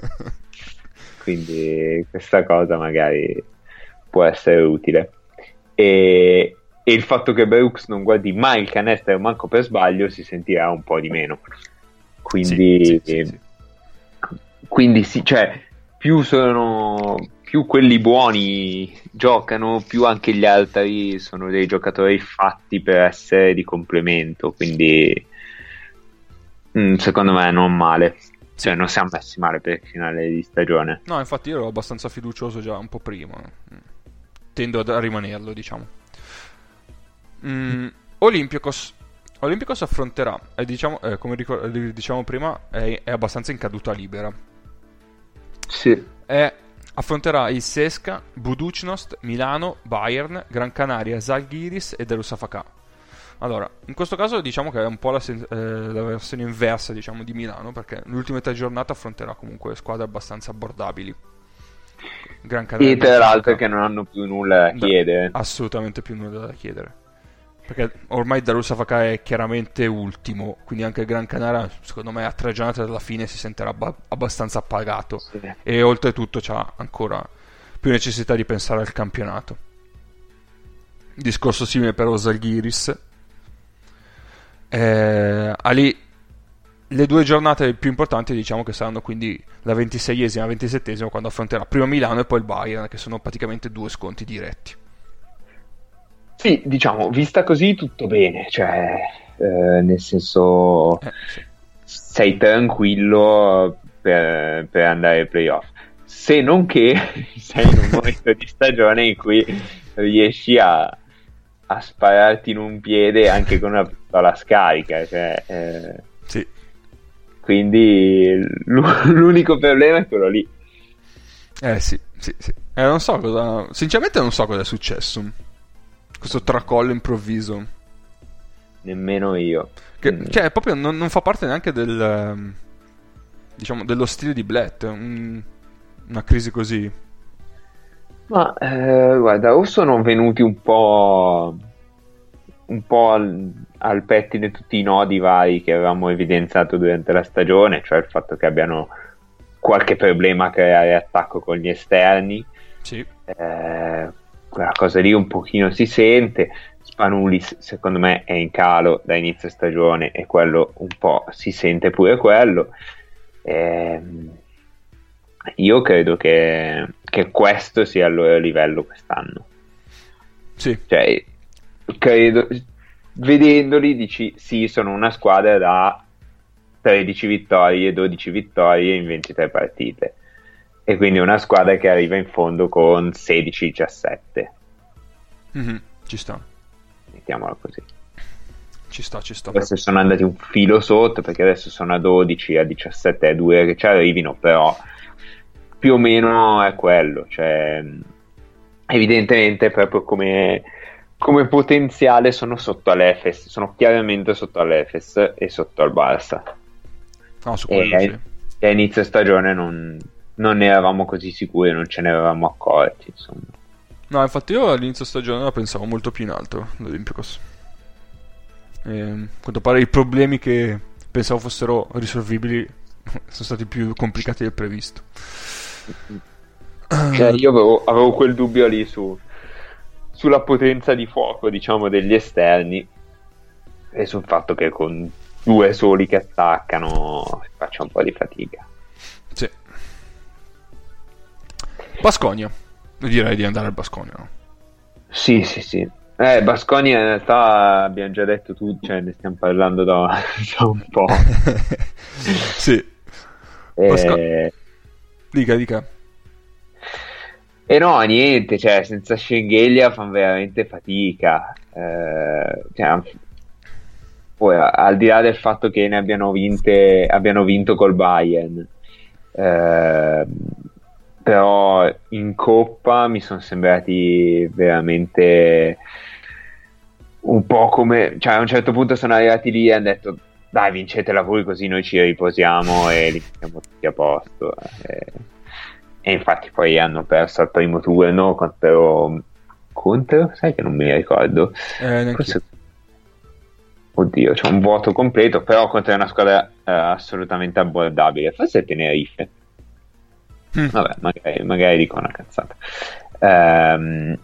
Quindi questa cosa magari può essere utile. E, e il fatto che Brooks non guardi mai il canestro manco per sbaglio si sentirà un po' di meno. Quindi Sì, sì, sì, sì. quindi sì, cioè più sono più quelli buoni giocano, più anche gli altri sono dei giocatori fatti per essere di complemento, quindi mh, secondo me non male. Cioè non siamo messi male per il finale di stagione. No, infatti io ero abbastanza fiducioso già un po' prima. Tendo a rimanerlo, diciamo. Mm, Olympiakos. Olympiakos affronterà, eh, diciamo, eh, come ricor- diciamo prima, è, è abbastanza in caduta libera. Sì. È, affronterà il Sesca, Budućnost, Milano, Bayern, Gran Canaria, Žalgiris e Darussafaka. Allora, in questo caso diciamo che è un po' la, sen- eh, la versione inversa, diciamo, di Milano, perché le ultime tre giornate affronterà comunque squadre abbastanza abbordabili. Gran Canaria, E tra l'altro Darussafaka. che non hanno più nulla da chiedere. Assolutamente più nulla da chiedere. Perché ormai Darussafaka è chiaramente ultimo, quindi anche il Gran Canaria, secondo me, a tre giornate dalla fine si sentirà abba- abbastanza appagato. Sì. E oltretutto c'ha ancora più necessità di pensare al campionato. Discorso simile per Žalgiris. Eh, a lì le due giornate più importanti diciamo che saranno quindi la ventiseiesima e la ventisettesima, quando affronterà prima Milano e poi il Bayern, che sono praticamente due sconti diretti. Sì, diciamo, vista così tutto bene, cioè eh, nel senso Eh, sì. sei tranquillo per, per andare ai playoff. se non che sei in un momento di stagione in cui riesci a, a spararti in un piede anche con una pistola scarica, cioè, eh, sì. Quindi l'unico problema è quello lì. Eh sì, sì, sì. Eh, non so cosa... Sinceramente non so cosa è successo. Questo tracollo improvviso. Nemmeno io. Che, mm. Cioè, proprio non, non fa parte neanche del... diciamo, dello stile di Blatt. Un, una crisi così. Ma, eh, guarda, o sono venuti un po'... un po' al, al pettine tutti i nodi vari che avevamo evidenziato durante la stagione, cioè il fatto che abbiano qualche problema a creare attacco con gli esterni. Sì. Eh, quella cosa lì un pochino si sente. Spanulis secondo me è in calo da inizio stagione e quello un po' si sente pure quello. Eh, io credo che, che questo sia il loro livello quest'anno. Sì. Cioè, credo, vedendoli dici sì, sono una squadra da tredici vittorie, dodici vittorie in ventitré partite, e quindi una squadra che arriva in fondo con sedici diciassette. Mm-hmm. Ci sta, mettiamola così, ci sta, ci sta. Adesso sono andati un filo sotto perché adesso sono a dodici, a diciassette, a due che ci arrivino, però più o meno è quello, cioè evidentemente proprio come come potenziale sono sotto all'Efes, sono chiaramente sotto all'Efes e sotto al Barça. No, su quello e, sì. e a inizio stagione non, non ne eravamo così sicuri, non ce ne eravamo accorti, insomma. No, infatti io all'inizio stagione la pensavo molto più in alto l'Olympiacos. E, a quanto pare i problemi che pensavo fossero risolvibili sono stati più complicati del previsto. Cioè, io avevo, avevo quel dubbio lì su sulla potenza di fuoco, diciamo, degli esterni e sul fatto che con due soli che attaccano faccia un po' di fatica. Sì. Baskonia, direi di andare al Baskonia, no? Sì, sì, sì. Eh, Baskonia in realtà abbiamo già detto tutto, cioè ne stiamo parlando da, da un po'. Sì. E... Basco... Dica, dica. E no, niente, cioè, senza Schengelia fanno veramente fatica. Eh, cioè, poi, al di là del fatto che ne abbiano vinte, abbiano vinto col Bayern, eh, però in Coppa mi sono sembrati veramente un po' come, cioè a un certo punto sono arrivati lì e hanno detto dai, vincetela voi così noi ci riposiamo e li mettiamo tutti a posto. Eh, E infatti poi hanno perso al primo turno contro... contro? Sai che non mi ricordo. Eh, Forse... Oddio, c'è un vuoto completo, però contro una squadra eh, assolutamente abbordabile. Forse è Tenerife. Mm. Vabbè, magari, magari dico una cazzata. Ehm...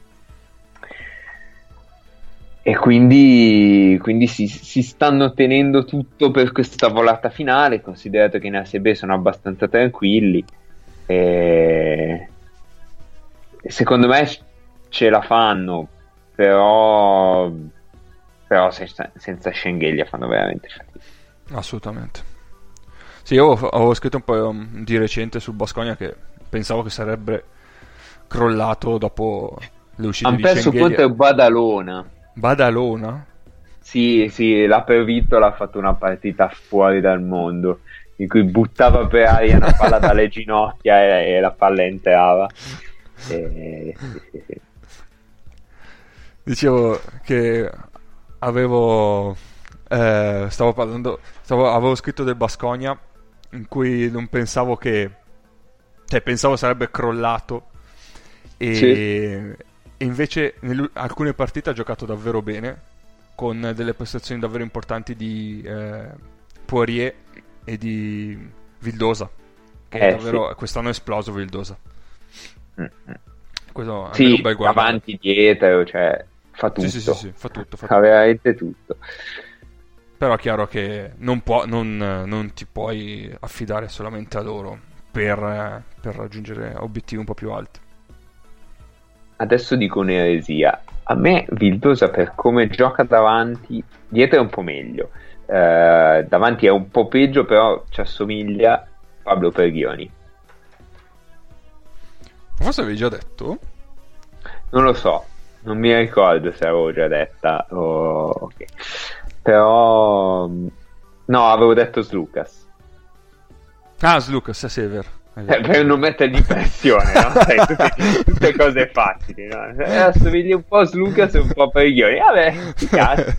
E quindi, quindi si, si stanno tenendo tutto per questa volata finale, considerato che in A S B sono abbastanza tranquilli. E secondo me ce la fanno, però però senza, senza Schengelia fanno veramente fatica. Assolutamente. Sì, io avevo scritto un po' di recente sul Baskonia che pensavo che sarebbe crollato dopo le uscite Han di perso Schengelia. contro Badalona. Badalona? Sì, sì, l'ha pervito, l'ha fatto una partita fuori dal mondo, in cui buttava per aria una palla dalle ginocchia e, e la palla entrava. E, sì, sì, sì. Dicevo che avevo eh, stavo parlando stavo, avevo scritto del Baskonia in cui non pensavo che cioè pensavo sarebbe crollato e, Sì. e invece in alcune partite ha giocato davvero bene con delle prestazioni davvero importanti di eh, Poirier e di Vildosa che Eh, davvero sì. quest'anno è esploso Vildosa. Mm-hmm. Questo è Sì, un bel guardo. avanti, dietro, cioè fa tutto, Sì, sì, sì, sì, fa tutto, fa fa tutto. veramente tutto. Però è chiaro che non, può, non, non ti puoi affidare solamente a loro per, per raggiungere obiettivi un po' più alti. Adesso dico un'eresia. A me Vildosa, per come gioca davanti, dietro è un po' meglio. Eh, davanti è un po' peggio, però ci assomiglia Pablo Perghioni. Forse avevi già detto? Non lo so, non mi ricordo se l'avevo già detta o... ok. Però no, avevo detto Slucas. Ah, Slucas, sì, è vero. È Eh, vero. per non mettergli pressione, no? Sai, tutte, tutte cose facili, no? Eh, assomigli un po' a Slucas e un po' a Periglioni. Vabbè, ti cazzo.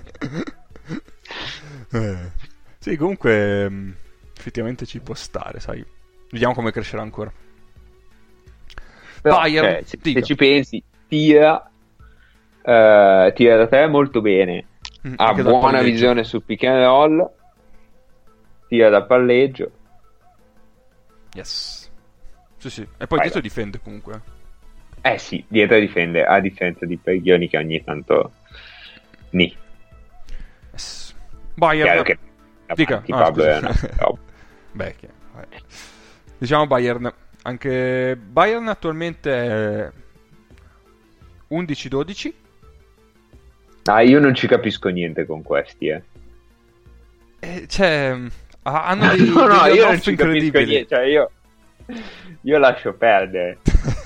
Eh, sì, comunque mh, effettivamente ci può stare, sai. Vediamo come crescerà ancora. Però, Bayern, cioè, se, dica. se ci pensi, tira, eh, tira da tre molto bene, Mm, ha anche dal buona palleggio. visione sul pick and roll, tira da palleggio. Yes. Sì, sì. E poi Vai, dietro vai. difende comunque. Eh sì, dietro difende, a differenza di Periglioni che ogni tanto... Ni. Yes. Chiaro Bayern. che Dica. davanti Ah, Pablo scusa. è una roba. Beh, che- vabbè. Diciamo Bayern. Anche Bayern attualmente è undici dodici. Ah, io non ci capisco niente con questi, eh. E cioè, ha- hanno dei, no, no, degli io non on-off ci capisco incredibili. niente, cioè io, io lascio perdere.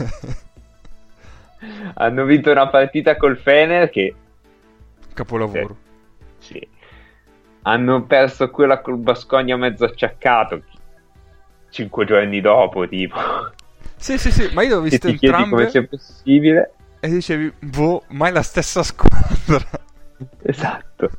Hanno vinto una partita col Fener che, Capolavoro. sì, hanno perso quella col Baskonia mezzo acciaccato, cinque giorni dopo, tipo. Sì, sì, sì, ma io l'ho Che visto ti chiedi come entrambe sia possibile. e dicevi, boh, mai la stessa squadra. Esatto.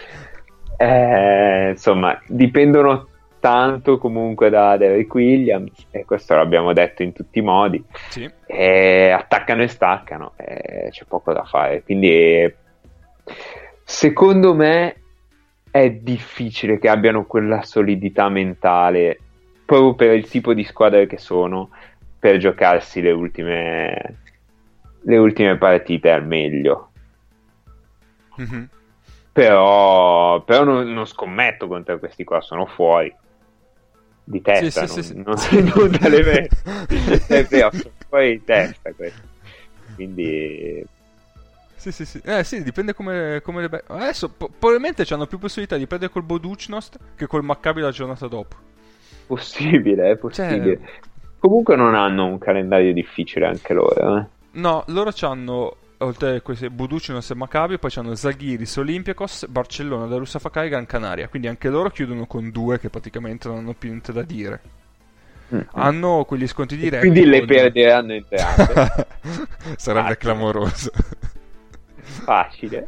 Eh, insomma, dipendono tanto comunque da Derek Williams, e questo l'abbiamo detto in tutti i modi. Sì. E attaccano e staccano, e c'è poco da fare. Quindi, secondo me, è difficile che abbiano quella solidità mentale, proprio per il tipo di squadre che sono, per giocarsi le ultime, le ultime partite al meglio. Mhm. Però, però non, non scommetto contro questi qua, sono fuori di testa, Sì, sì, non, sì, non, sì. non dalle me- è vero, sono fuori di testa questi. Quindi Sì, sì, sì. Eh, sì, dipende come, come le... be- Adesso, po- probabilmente hanno più possibilità di perdere col Boducnost che col Maccabi la giornata dopo. possibile, è possibile. Cioè- Comunque non hanno un calendario difficile anche loro, eh. No, loro c'hanno, oltre a questi Budućnost e Maccabi, poi c'hanno Zalgiris, Olympiacos, Barcellona, Darussafakai e Gran Canaria. Quindi anche loro chiudono con due che praticamente non hanno più niente da dire. Mm. Hanno quegli sconti diretti. Quindi le con- perderanno entrambe. Sarebbe Facile. clamoroso. Facile.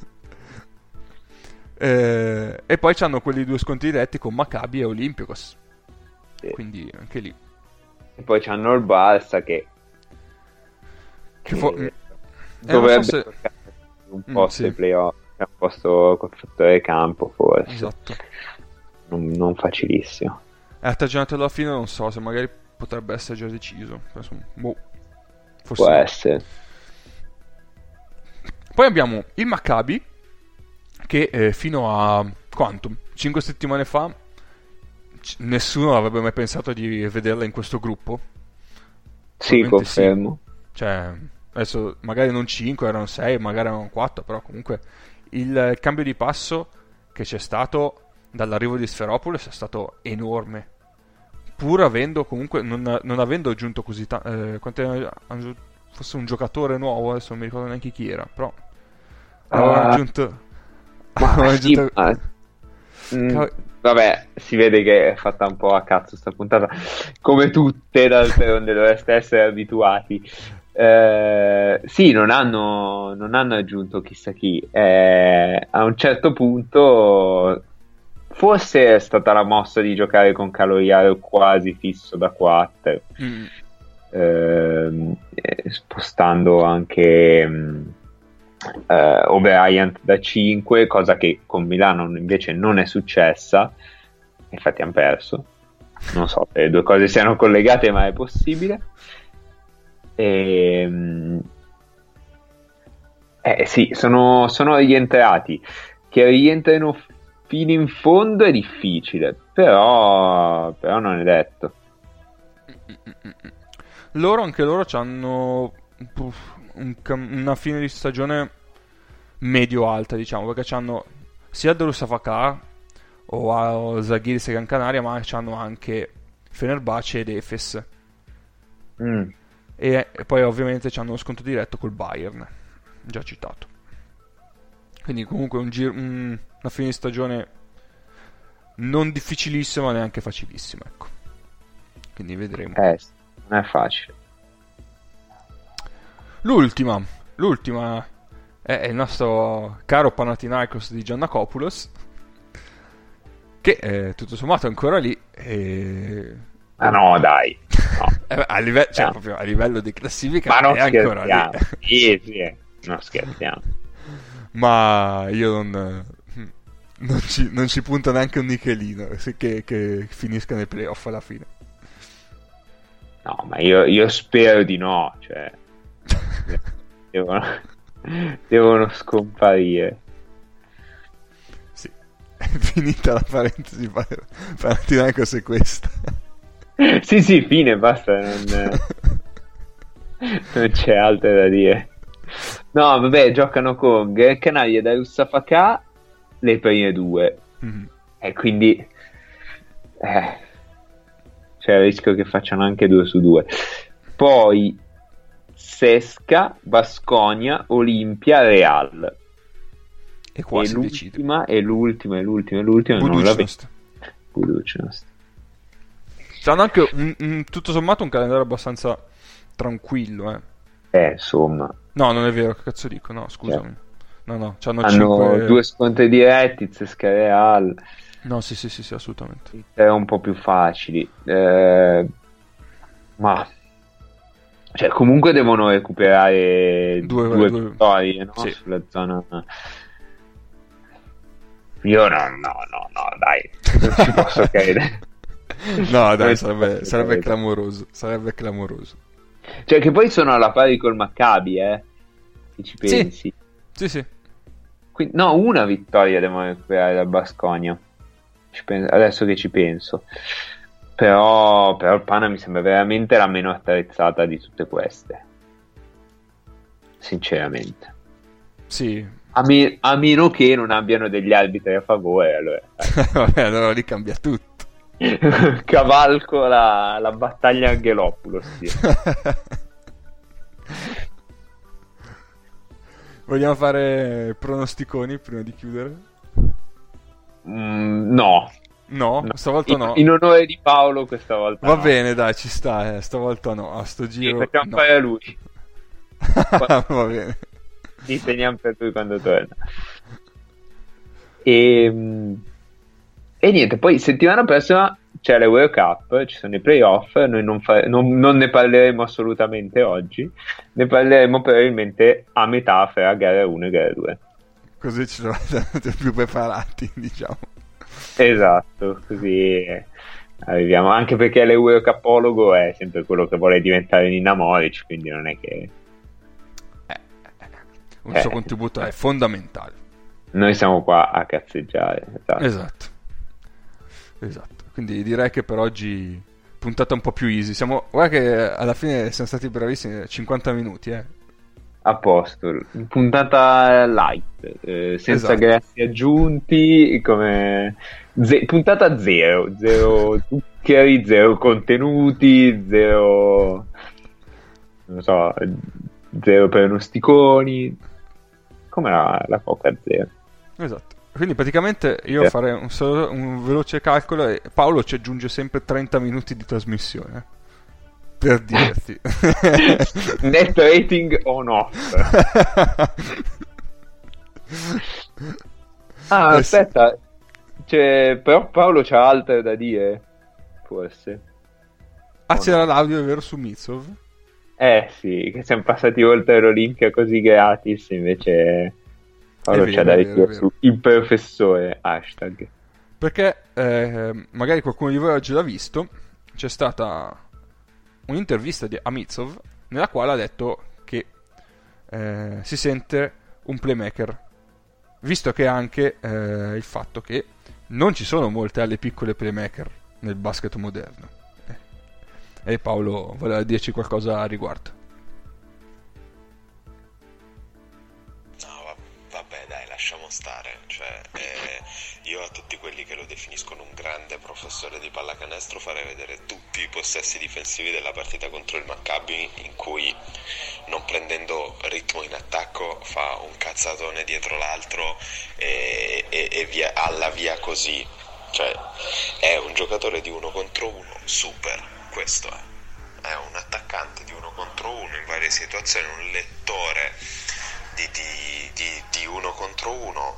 Eh, e poi c'hanno quelli due sconti diretti con Maccabi e Olympiacos. Sì. Quindi anche lì. E poi c'hanno il Barça che, Che fo- che eh, dovrebbe non so se- toccare un Mm, posto sì. ai playoff, un posto col fattore campo forse. Esatto. non, non facilissimo. E a giornata alla fine non so se magari potrebbe essere già deciso. Penso, boh. Forse Può no. essere. Poi abbiamo il Maccabi che eh, fino a quanto? cinque settimane fa c- nessuno avrebbe mai pensato di vederla in questo gruppo. Sì, Probabilmente sì. confermo. Cioè, adesso magari non cinque, erano sei, magari erano quattro, però comunque il, il cambio di passo che c'è stato dall'arrivo di Sferopoulos è stato enorme. Pur avendo comunque, non, non avendo aggiunto così tanto, eh, quante hanno aggiunto- forse un giocatore nuovo, adesso non mi ricordo neanche chi era, però avevano Ah, aggiunto... Ma avevano sì, aggiunto- ma- Mm, Cav- vabbè, si vede che è fatta un po' a cazzo sta puntata, come tutte d'altronde dovreste essere abituati. Eh, sì, non hanno, non hanno aggiunto chissà chi. Eh, a un certo punto forse è stata la mossa di giocare con Caloriaro quasi fisso da quattro, Mm, ehm, eh, spostando anche mh, eh, O'Brien da cinque, cosa che con Milano invece non è successa. Infatti hanno perso. Non so se le due cose siano collegate, ma è possibile. E, eh sì, sono, sono rientrati. Che rientrino fino in fondo è difficile, però, però non è detto. loro, anche loro hanno un cam- una fine di stagione medio-alta, diciamo, perché hanno sia Darussafaká o a Zalgiris e Gran Canaria, ma hanno anche Fenerbahce ed Efes. Mm. e, e poi ovviamente hanno uno sconto diretto col Bayern, già citato. Quindi comunque un giro, un, una fine di stagione non difficilissima ma neanche facilissima, ecco. Quindi vedremo. Eh, non è facile. L'ultima, l'ultima è il nostro caro Panathinaikos di Giannakopoulos, che è tutto sommato ancora lì e... Ah no, dai. No. eh, a, live- cioè, No. proprio a livello di classifica Ma non è ancora scherziamo. lì. Sì, sì, non scherziamo. Ma io non, non, ci, non ci punto neanche un nichelino che, che finisca nei playoff alla fine. No, ma io, io spero di no, cioè devono, devono scomparire. Sì, è finita la parentesi Panathinaikos è questa. Sì, sì, fine, basta, non, non c'è altro da dire. No, vabbè, giocano con Greg Canaglia e Darius Safaka le prime due. Mm-hmm. E quindi eh, c'è il rischio che facciano anche due su due. Poi Sesca, Baskonia, Olimpia, Real. E qua e si decide. l'ultima, e l'ultima, e l'ultima, e l'ultima non la vedo. Budućnost. Hanno anche un, un, tutto sommato un calendario abbastanza tranquillo, eh. Eh, insomma. No, non è vero, che cazzo dico? No, scusami. Certo. No, no, c'hanno hanno cinque... due scontri diretti, Sesca e Real. No, sì, sì, sì, sì, assolutamente. Erano un po' più facili. Eh, ma cioè, comunque devono recuperare due, due, due... vittorie, no? Sì. Sulla zona. Io no, no, no, no, dai, non ci posso credere. No, dai, sarebbe, sarebbe clamoroso. Sarebbe clamoroso. Cioè, che poi sono alla pari col Maccabi, eh? Se ci pensi. Sì, sì, sì. Quindi, no, una vittoria devono recuperare dal Baskonia. Ci penso, adesso che ci penso. Però, però il Pana mi sembra veramente la meno attrezzata di tutte queste. Sinceramente. Sì. A, me- a meno che non abbiano degli arbitri a favore, allora. Vabbè, allora lì cambia tutto. Cavalco la, la battaglia Angelopoulos. Sì. Vogliamo fare pronosticoni prima di chiudere? Mm, no. No, no. stavolta in, no. In onore di Paolo questa volta Va no. bene, dai, ci sta, eh. Stavolta no, a sto giro Sì, facciamo no. fare a lui. Va bene. Li teniamo per lui quando torna. E, e niente, poi settimana prossima c'è la World Cup, ci sono i playoff, noi non, fa- non, non ne parleremo assolutamente oggi, ne parleremo probabilmente a metà fra gara uno e gara due. Così ci trovate più preparati, diciamo. Esatto, così arriviamo, anche perché l'Eurocapologo è sempre quello che vuole diventare Nina Moric, quindi non è che... Eh, un Eh. suo contributo è fondamentale. Noi siamo qua a cazzeggiare. Esatto. Esatto. Esatto. Quindi direi che per oggi puntata un po' più easy. Siamo, guarda che alla fine siamo stati bravissimi, cinquanta minuti, eh. A posto, puntata light, eh, senza Esatto. grassi aggiunti, come ze- puntata zero, zero zuccheri, zero contenuti, zero, non so, zero pronosticoni, come la, la Coca Zero. Esatto. Quindi praticamente io Eh. farei un, solo, un veloce calcolo e Paolo ci aggiunge sempre trenta minuti di trasmissione. eh. Per dirti. Net rating on off. Ah, Eh sì. aspetta, cioè, però Paolo c'ha altro da dire, forse. Ah, Oh, c'era no. l'audio, è vero, su Mitsov? Eh sì, che siamo passati oltre l'Olimpia così gratis, invece Paolo È vero, c'ha da è vero, dire è vero. su il professore, hashtag. Perché eh, magari qualcuno di voi oggi l'ha visto, c'è stata un'intervista di Amitsov nella quale ha detto che eh, si sente un playmaker, visto che anche eh, il fatto che non ci sono molte alle piccole playmaker nel basket moderno. Eh. E Paolo voleva dirci qualcosa a riguardo. No, va- vabbè, dai, lascia lasciamo stare, cioè eh, io a tutti quelli che lo definiscono un grande professore di pallacanestro farei vedere tutti i possessi difensivi della partita contro il Maccabi, in cui non prendendo ritmo in attacco fa un cazzatone dietro l'altro e, e, e via, alla via così, cioè è un giocatore di uno contro uno super, questo è è un attaccante di uno contro uno in varie situazioni, un lettore di, di, di, di uno contro uno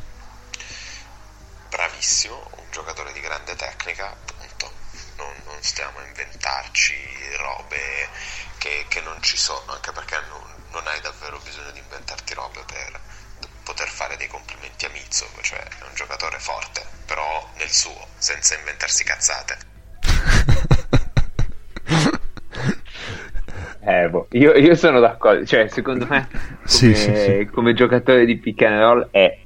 bravissimo, un giocatore di grande tecnica, appunto. Non, non stiamo a inventarci robe che, che non ci sono, anche perché non, non hai davvero bisogno di inventarti robe per poter fare dei complimenti a Mizzo, cioè è un giocatore forte, però nel suo, senza inventarsi cazzate. Eh, boh, io, io sono d'accordo, cioè secondo me come, sì, sì, sì. come giocatore di pick and roll è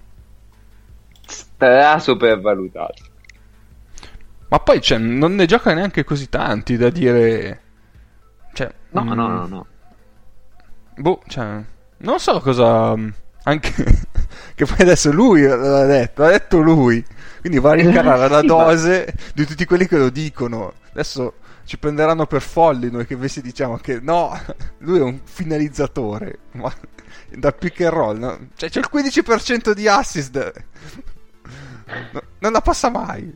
stra sopravvalutato. Ma poi cioè, non ne gioca neanche così tanti da dire, cioè, No, mm, no, no, no. boh, cioè, non so cosa, anche che poi adesso lui l'ha detto, l'ha detto lui, quindi va a rincarare la Sì, dose ma... di tutti quelli che lo dicono. Adesso ci prenderanno per folli noi che invece diciamo che no, lui è un finalizzatore, ma da pick and roll, no? Cioè c'è il quindici per cento di assist, no, non la passa mai.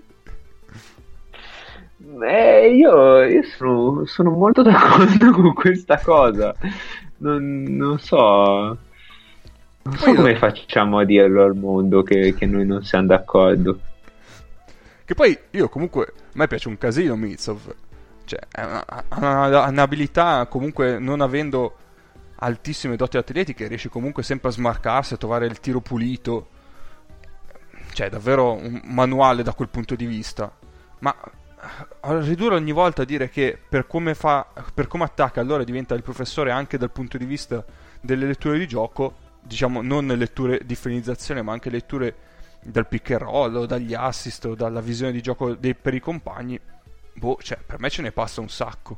Eh, io, io sono, sono molto d'accordo con questa cosa, non, non so, non so Poi come io- facciamo a dirlo al mondo che, che noi non siamo d'accordo. Che poi io comunque, a me piace un casino Mitsov, cioè ha una, ha una- ha un'abilità, comunque non avendo altissime doti atletiche riesce comunque sempre a smarcarsi, a trovare il tiro pulito, cioè davvero un manuale da quel punto di vista. Ma a ridurre ogni volta a dire che per come fa, per come attacca allora diventa il professore anche dal punto di vista delle letture di gioco, diciamo non letture di finalizzazione ma anche letture dal pick and roll o dagli assist o dalla visione di gioco dei, per i compagni, boh, cioè per me ce ne passa un sacco.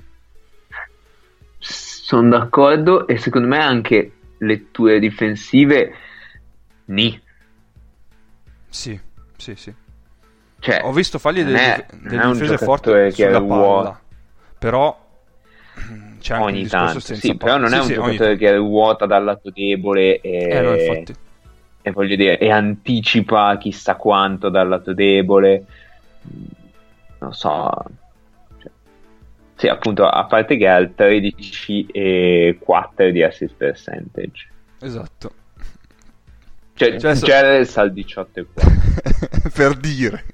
Sono d'accordo e secondo me anche letture difensive ni. Sì, sì, sì. Cioè, Ho visto fargli non delle, è- delle non è un difese forti giocatore che sulla è vuoto. palla, però c'è anche Ogni il discorso tanto, senza sì, palla. però non Sì, è un sì, ogni giocatore tanto. che ruota dal lato debole e, Eh no, infatti. e voglio dire, e anticipa chissà quanto dal lato debole. Non so, cioè, sì, appunto, a parte che ha il tredici e quattro di assist percentage. Esatto. Cioè, Cioè, adesso- Giles al diciotto e quattro. Per dire.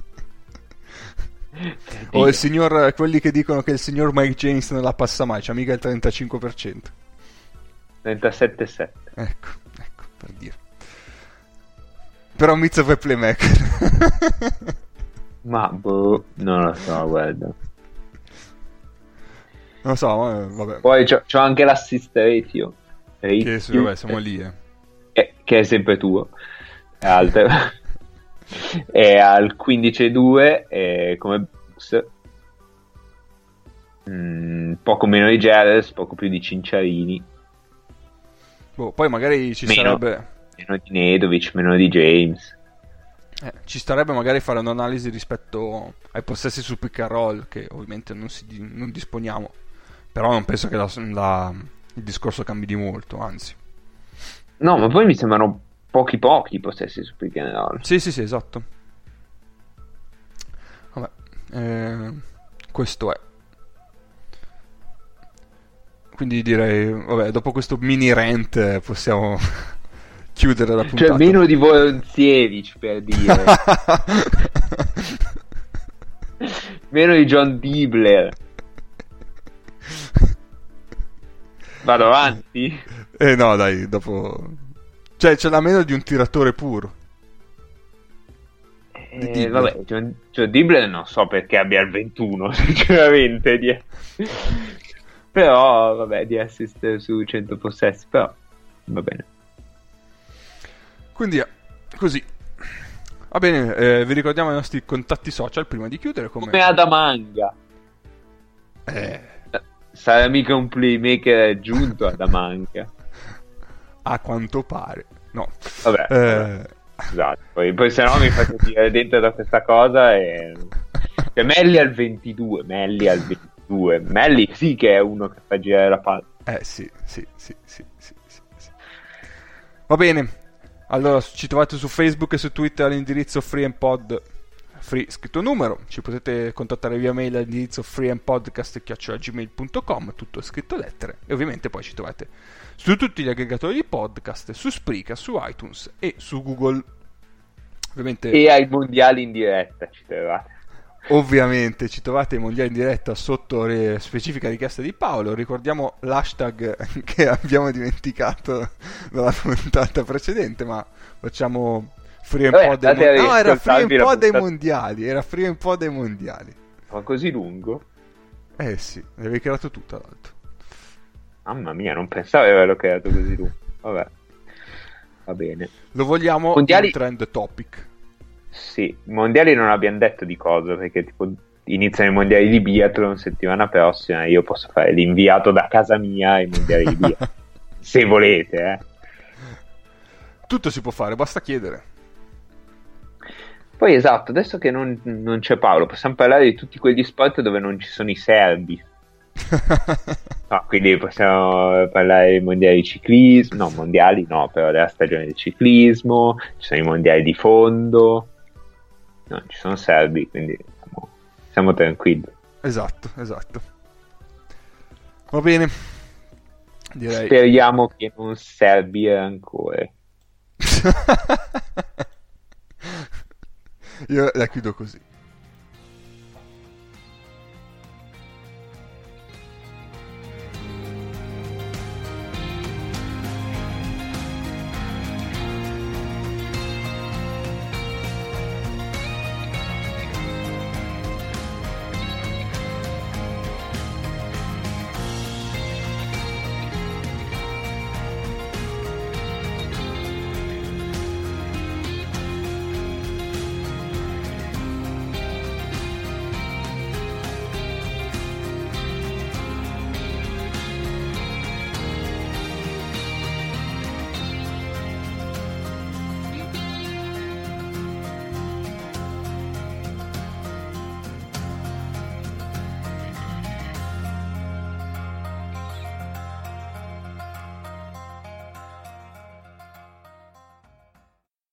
O il signor, quelli che dicono che il signor Mike James non la passa mai, c'ha mica il trentacinque per cento. trentasette e sette. Ecco, ecco, per dire. Però Mizzo è playmaker. Ma boh, non lo so, guarda. Non lo so, ma vabbè. Poi c'ho, c'ho anche l'assist ratio. Che, Ratio, vabbè, siamo lì, eh. che, che è sempre tuo. È alto. È al quindici e due e come box. Mm, poco meno di Giles, poco più di Cinciarini, Boh, poi magari ci Meno. sarebbe... meno di Nedovic, meno di James. Eh, ci starebbe magari fare un'analisi rispetto ai possessi su pick and roll, che ovviamente non, si, non disponiamo, però non penso che la, la, il discorso cambi di molto, anzi. No, ma poi mi sembrano pochi pochi i possessi su pick and roll. Sì, sì, sì, esatto. Vabbè, eh, questo è. Quindi direi, vabbè, dopo questo mini rant eh, possiamo chiudere la puntata. Cioè meno di Voronzievic, per dire. Meno di John Dibler. Vado avanti? Eh no, dai, dopo... Cioè, ce l'ha meno di un tiratore puro. Di Eh, Dibler. vabbè, John, John Dibler non so perché abbia il ventuno, sinceramente. Di... Però, vabbè, di assist su cento possessi, però va bene. Quindi, eh, così. Va bene, eh, vi ricordiamo i nostri contatti social prima di chiudere. Come, Come Adamanga. Eh, Sarà mica un playmaker aggiunto Adamanga. a quanto pare. No. Vabbè, Eh... vabbè. Esatto. Poi, poi se no mi fate tirare dentro da questa cosa e... Cioè, Melli al ventidue, Melli al ventidue. Melli sì che è uno che fa girare la palla. Eh sì, sì, sì, sì, sì, sì, sì. Va bene. Allora ci trovate su Facebook e su Twitter all'indirizzo freeandpod, free scritto numero. Ci potete contattare via mail all'indirizzo freeandpodcast chiocciola gmail punto com, tutto scritto lettere. E ovviamente poi ci trovate su tutti gli aggregatori di podcast, su Spreaker, su iTunes e su Google. Ovviamente, e ai mondiali in diretta ci trovate. Ovviamente ci trovate i mondiali in diretta sotto le specifica richiesta di Paolo. Ricordiamo l'hashtag che abbiamo dimenticato dalla puntata precedente, ma facciamo free and pod dei mondiali. No, era free and pod dei mondiali, era free and pod dei mondiali. Ma così lungo? Eh sì, l'avevi creato tu tra l'altro. Mamma mia, non pensavo di averlo creato così lungo. Vabbè, va bene. Lo vogliamo mondiali... un trend topic. Sì, i mondiali non abbiamo detto di cosa, perché tipo iniziano i mondiali di biathlon settimana prossima, io posso fare l'inviato da casa mia ai mondiali di biathlon. Se volete, eh. Tutto si può fare, basta chiedere. Poi esatto, adesso che non, non c'è Paolo, possiamo parlare di tutti quegli sport dove non ci sono i serbi. No, quindi possiamo parlare dei mondiali di ciclismo, no, mondiali no, però della stagione del ciclismo, ci sono i mondiali di fondo, no, ci sono serbi, quindi siamo, siamo tranquilli. Esatto, esatto. Va bene. Direi. Speriamo che non serbi ancora. Io la chiudo così.